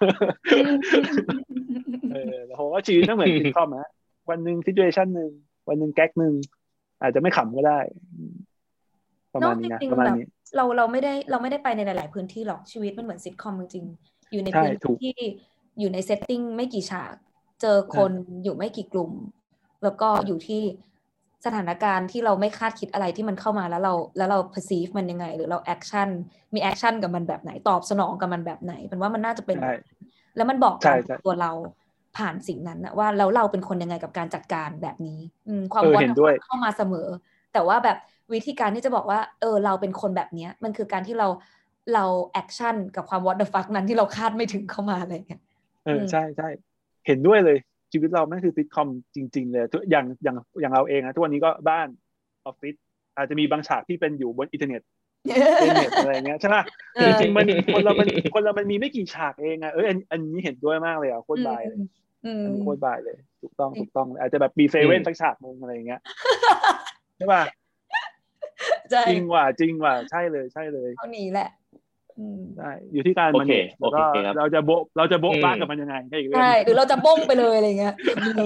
เออเพราะว่าชีวิตไม่เหมือนซิทคอมนะวันหนึ่งซิทูเอชั่นหนึ่งวันหนึ่งแก๊กหนึ่งอาจจะไม่ขำก็ได้ประมาณนี้นะประมาณนี้เราเราไม่ได้เราไม่ได้ไปในหลายๆพื้นที่หรอกชีวิตมันเหมือนซิทคอมจริงๆอยู่ในพื้นที่อยู่ในเซตติ้งไม่กี่ฉากเจอคนอยู่ไม่กี่กลุ่มแล้วก็อยู่ที่สถานการณ์ที่เราไม่คาดคิดอะไรที่มันเข้ามาแล้วเราแล้วเรา perceive มันยังไงหรือเราแอคชั่นมีแอคชั่นกับมันแบบไหนตอบสนองกับมันแบบไหนเป็นว่ามันน่าจะเป็นแล้วมันบอกการตัวเราผ่านสิ่งนั้นนะว่าแล้วเราเป็นคนยังไงกับการจัดการแบบนี้ความวอดเข้ามาเสมอแต่ว่าแบบวิธีการที่จะบอกว่าเออเราเป็นคนแบบนี้มันคือการที่เราเราแอคชั่นกับความ what the fuck นั้นที่เราคาดไม่ถึงเข้ามาอะไรอย่างเงี้ยเออใช่ใช่เห็นด้วยเลยชีวิตเราไม่คือซิทคอมจริงๆเลยอย่างอย่างอย่างเราเองนะทุกวันนี้ก็บ้านออฟฟิศอาจจะมีบางฉากที่เป็นอยู่บนอินเทอร์เน็ตเล่นเน็ตอะไรเงี้ยใช่ไหมจริงๆมันคนเรามันคนเรามันมีไม่กี่ฉากเองอะเอออันอันนี้เห็นด้วยมากเลยอ่ะโคตรบายเลยอันนี้โคตรบายเลยถูกต้องถูกต้องอาจจะแบบมีเซเว่นสักฉากนึงอะไรเงี้ยใช่ป่ะจริงว่ะจริงว่ะใช่เลยใช่เลยเท่านี้แหละใช่อยู่ที่การมันแล้วก็เราจะโบเราจะโบบ้างกับมันยังไงใช่หรือเราจะบ้งไปเลยอะไรเงี้ย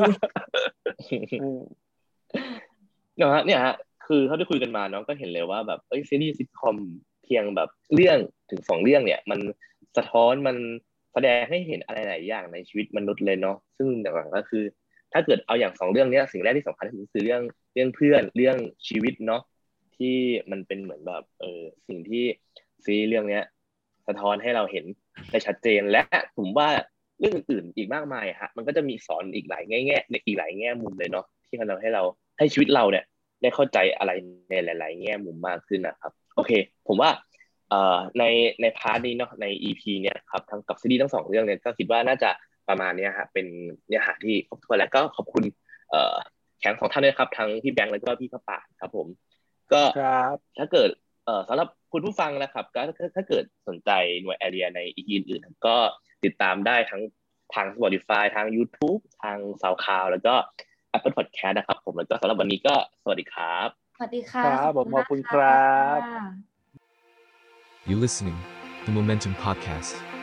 เนี่ยฮะเนี่ยฮะคือเขาได้คุยกันมาเนาะก็เห็นเลยว่าแบบเอ้ยซีรีส์ซิทคอมเพียงแบบเรื่องถึงสองเรื่องเนี่ยมันสะท้อนมันแสดงให้เห็นอะไรหลายอย่างในชีวิตมนุษย์เลยเนาะซึ่งหลังๆก็คือถ้าเกิดเอาอย่างสองเรื่องนี้สิ่งแรกที่สำคัญที่สุดคือเรื่องเรื่องเพื่อนเรื่องชีวิตเนาะที่มันเป็นเหมือนแบบเออสิ่งที่ซีเรื่องเนี้ยสะท้อนให้เราเห็นได้ชัดเจนและผมว่าเรื่องอื่นๆอีกมากมายฮะมันก็จะมีสอนอีกหลายแง่ในอีกหลายแง่มุมเลยเนาะที่ทำให้เราให้ชีวิตเราเนี่ยได้เข้าใจอะไรในหลายๆแง่มุมมากขึ้นนะครับโอเคผมว่าเอ่อในในพาร์ทนี้เนาะใน อี พี เนี่ยครับทั้งกับซีรีส์ทั้งสองเรื่องเนี่ยก็คิดว่าน่าจะประมาณนี้ฮะเป็นเนื้อหาที่ครบถ้วนแล้วก็ขอบคุณเอ่อแขกของท่านด้วยครับทั้งพี่แบงค์แล้วก็พี่ข้าวป่านครับผมก็ถ้าเกิดเอ่อสำหรับคุณผู้ฟังนะครับก็ถ้าเกิดสนใจหน่วยแอเรียใน อี พี อื่นๆก็ติดตามได้ทั้งทาง Spotify ทาง YouTube ทาง SoundCloud แล้วก็ Apple Podcast นะครับผมแล้วก็สำหรับวันนี้ก็สวัสดีครับสวัสดีค่ะครับผมขอบคุณครับ You listening the Momentum Podcast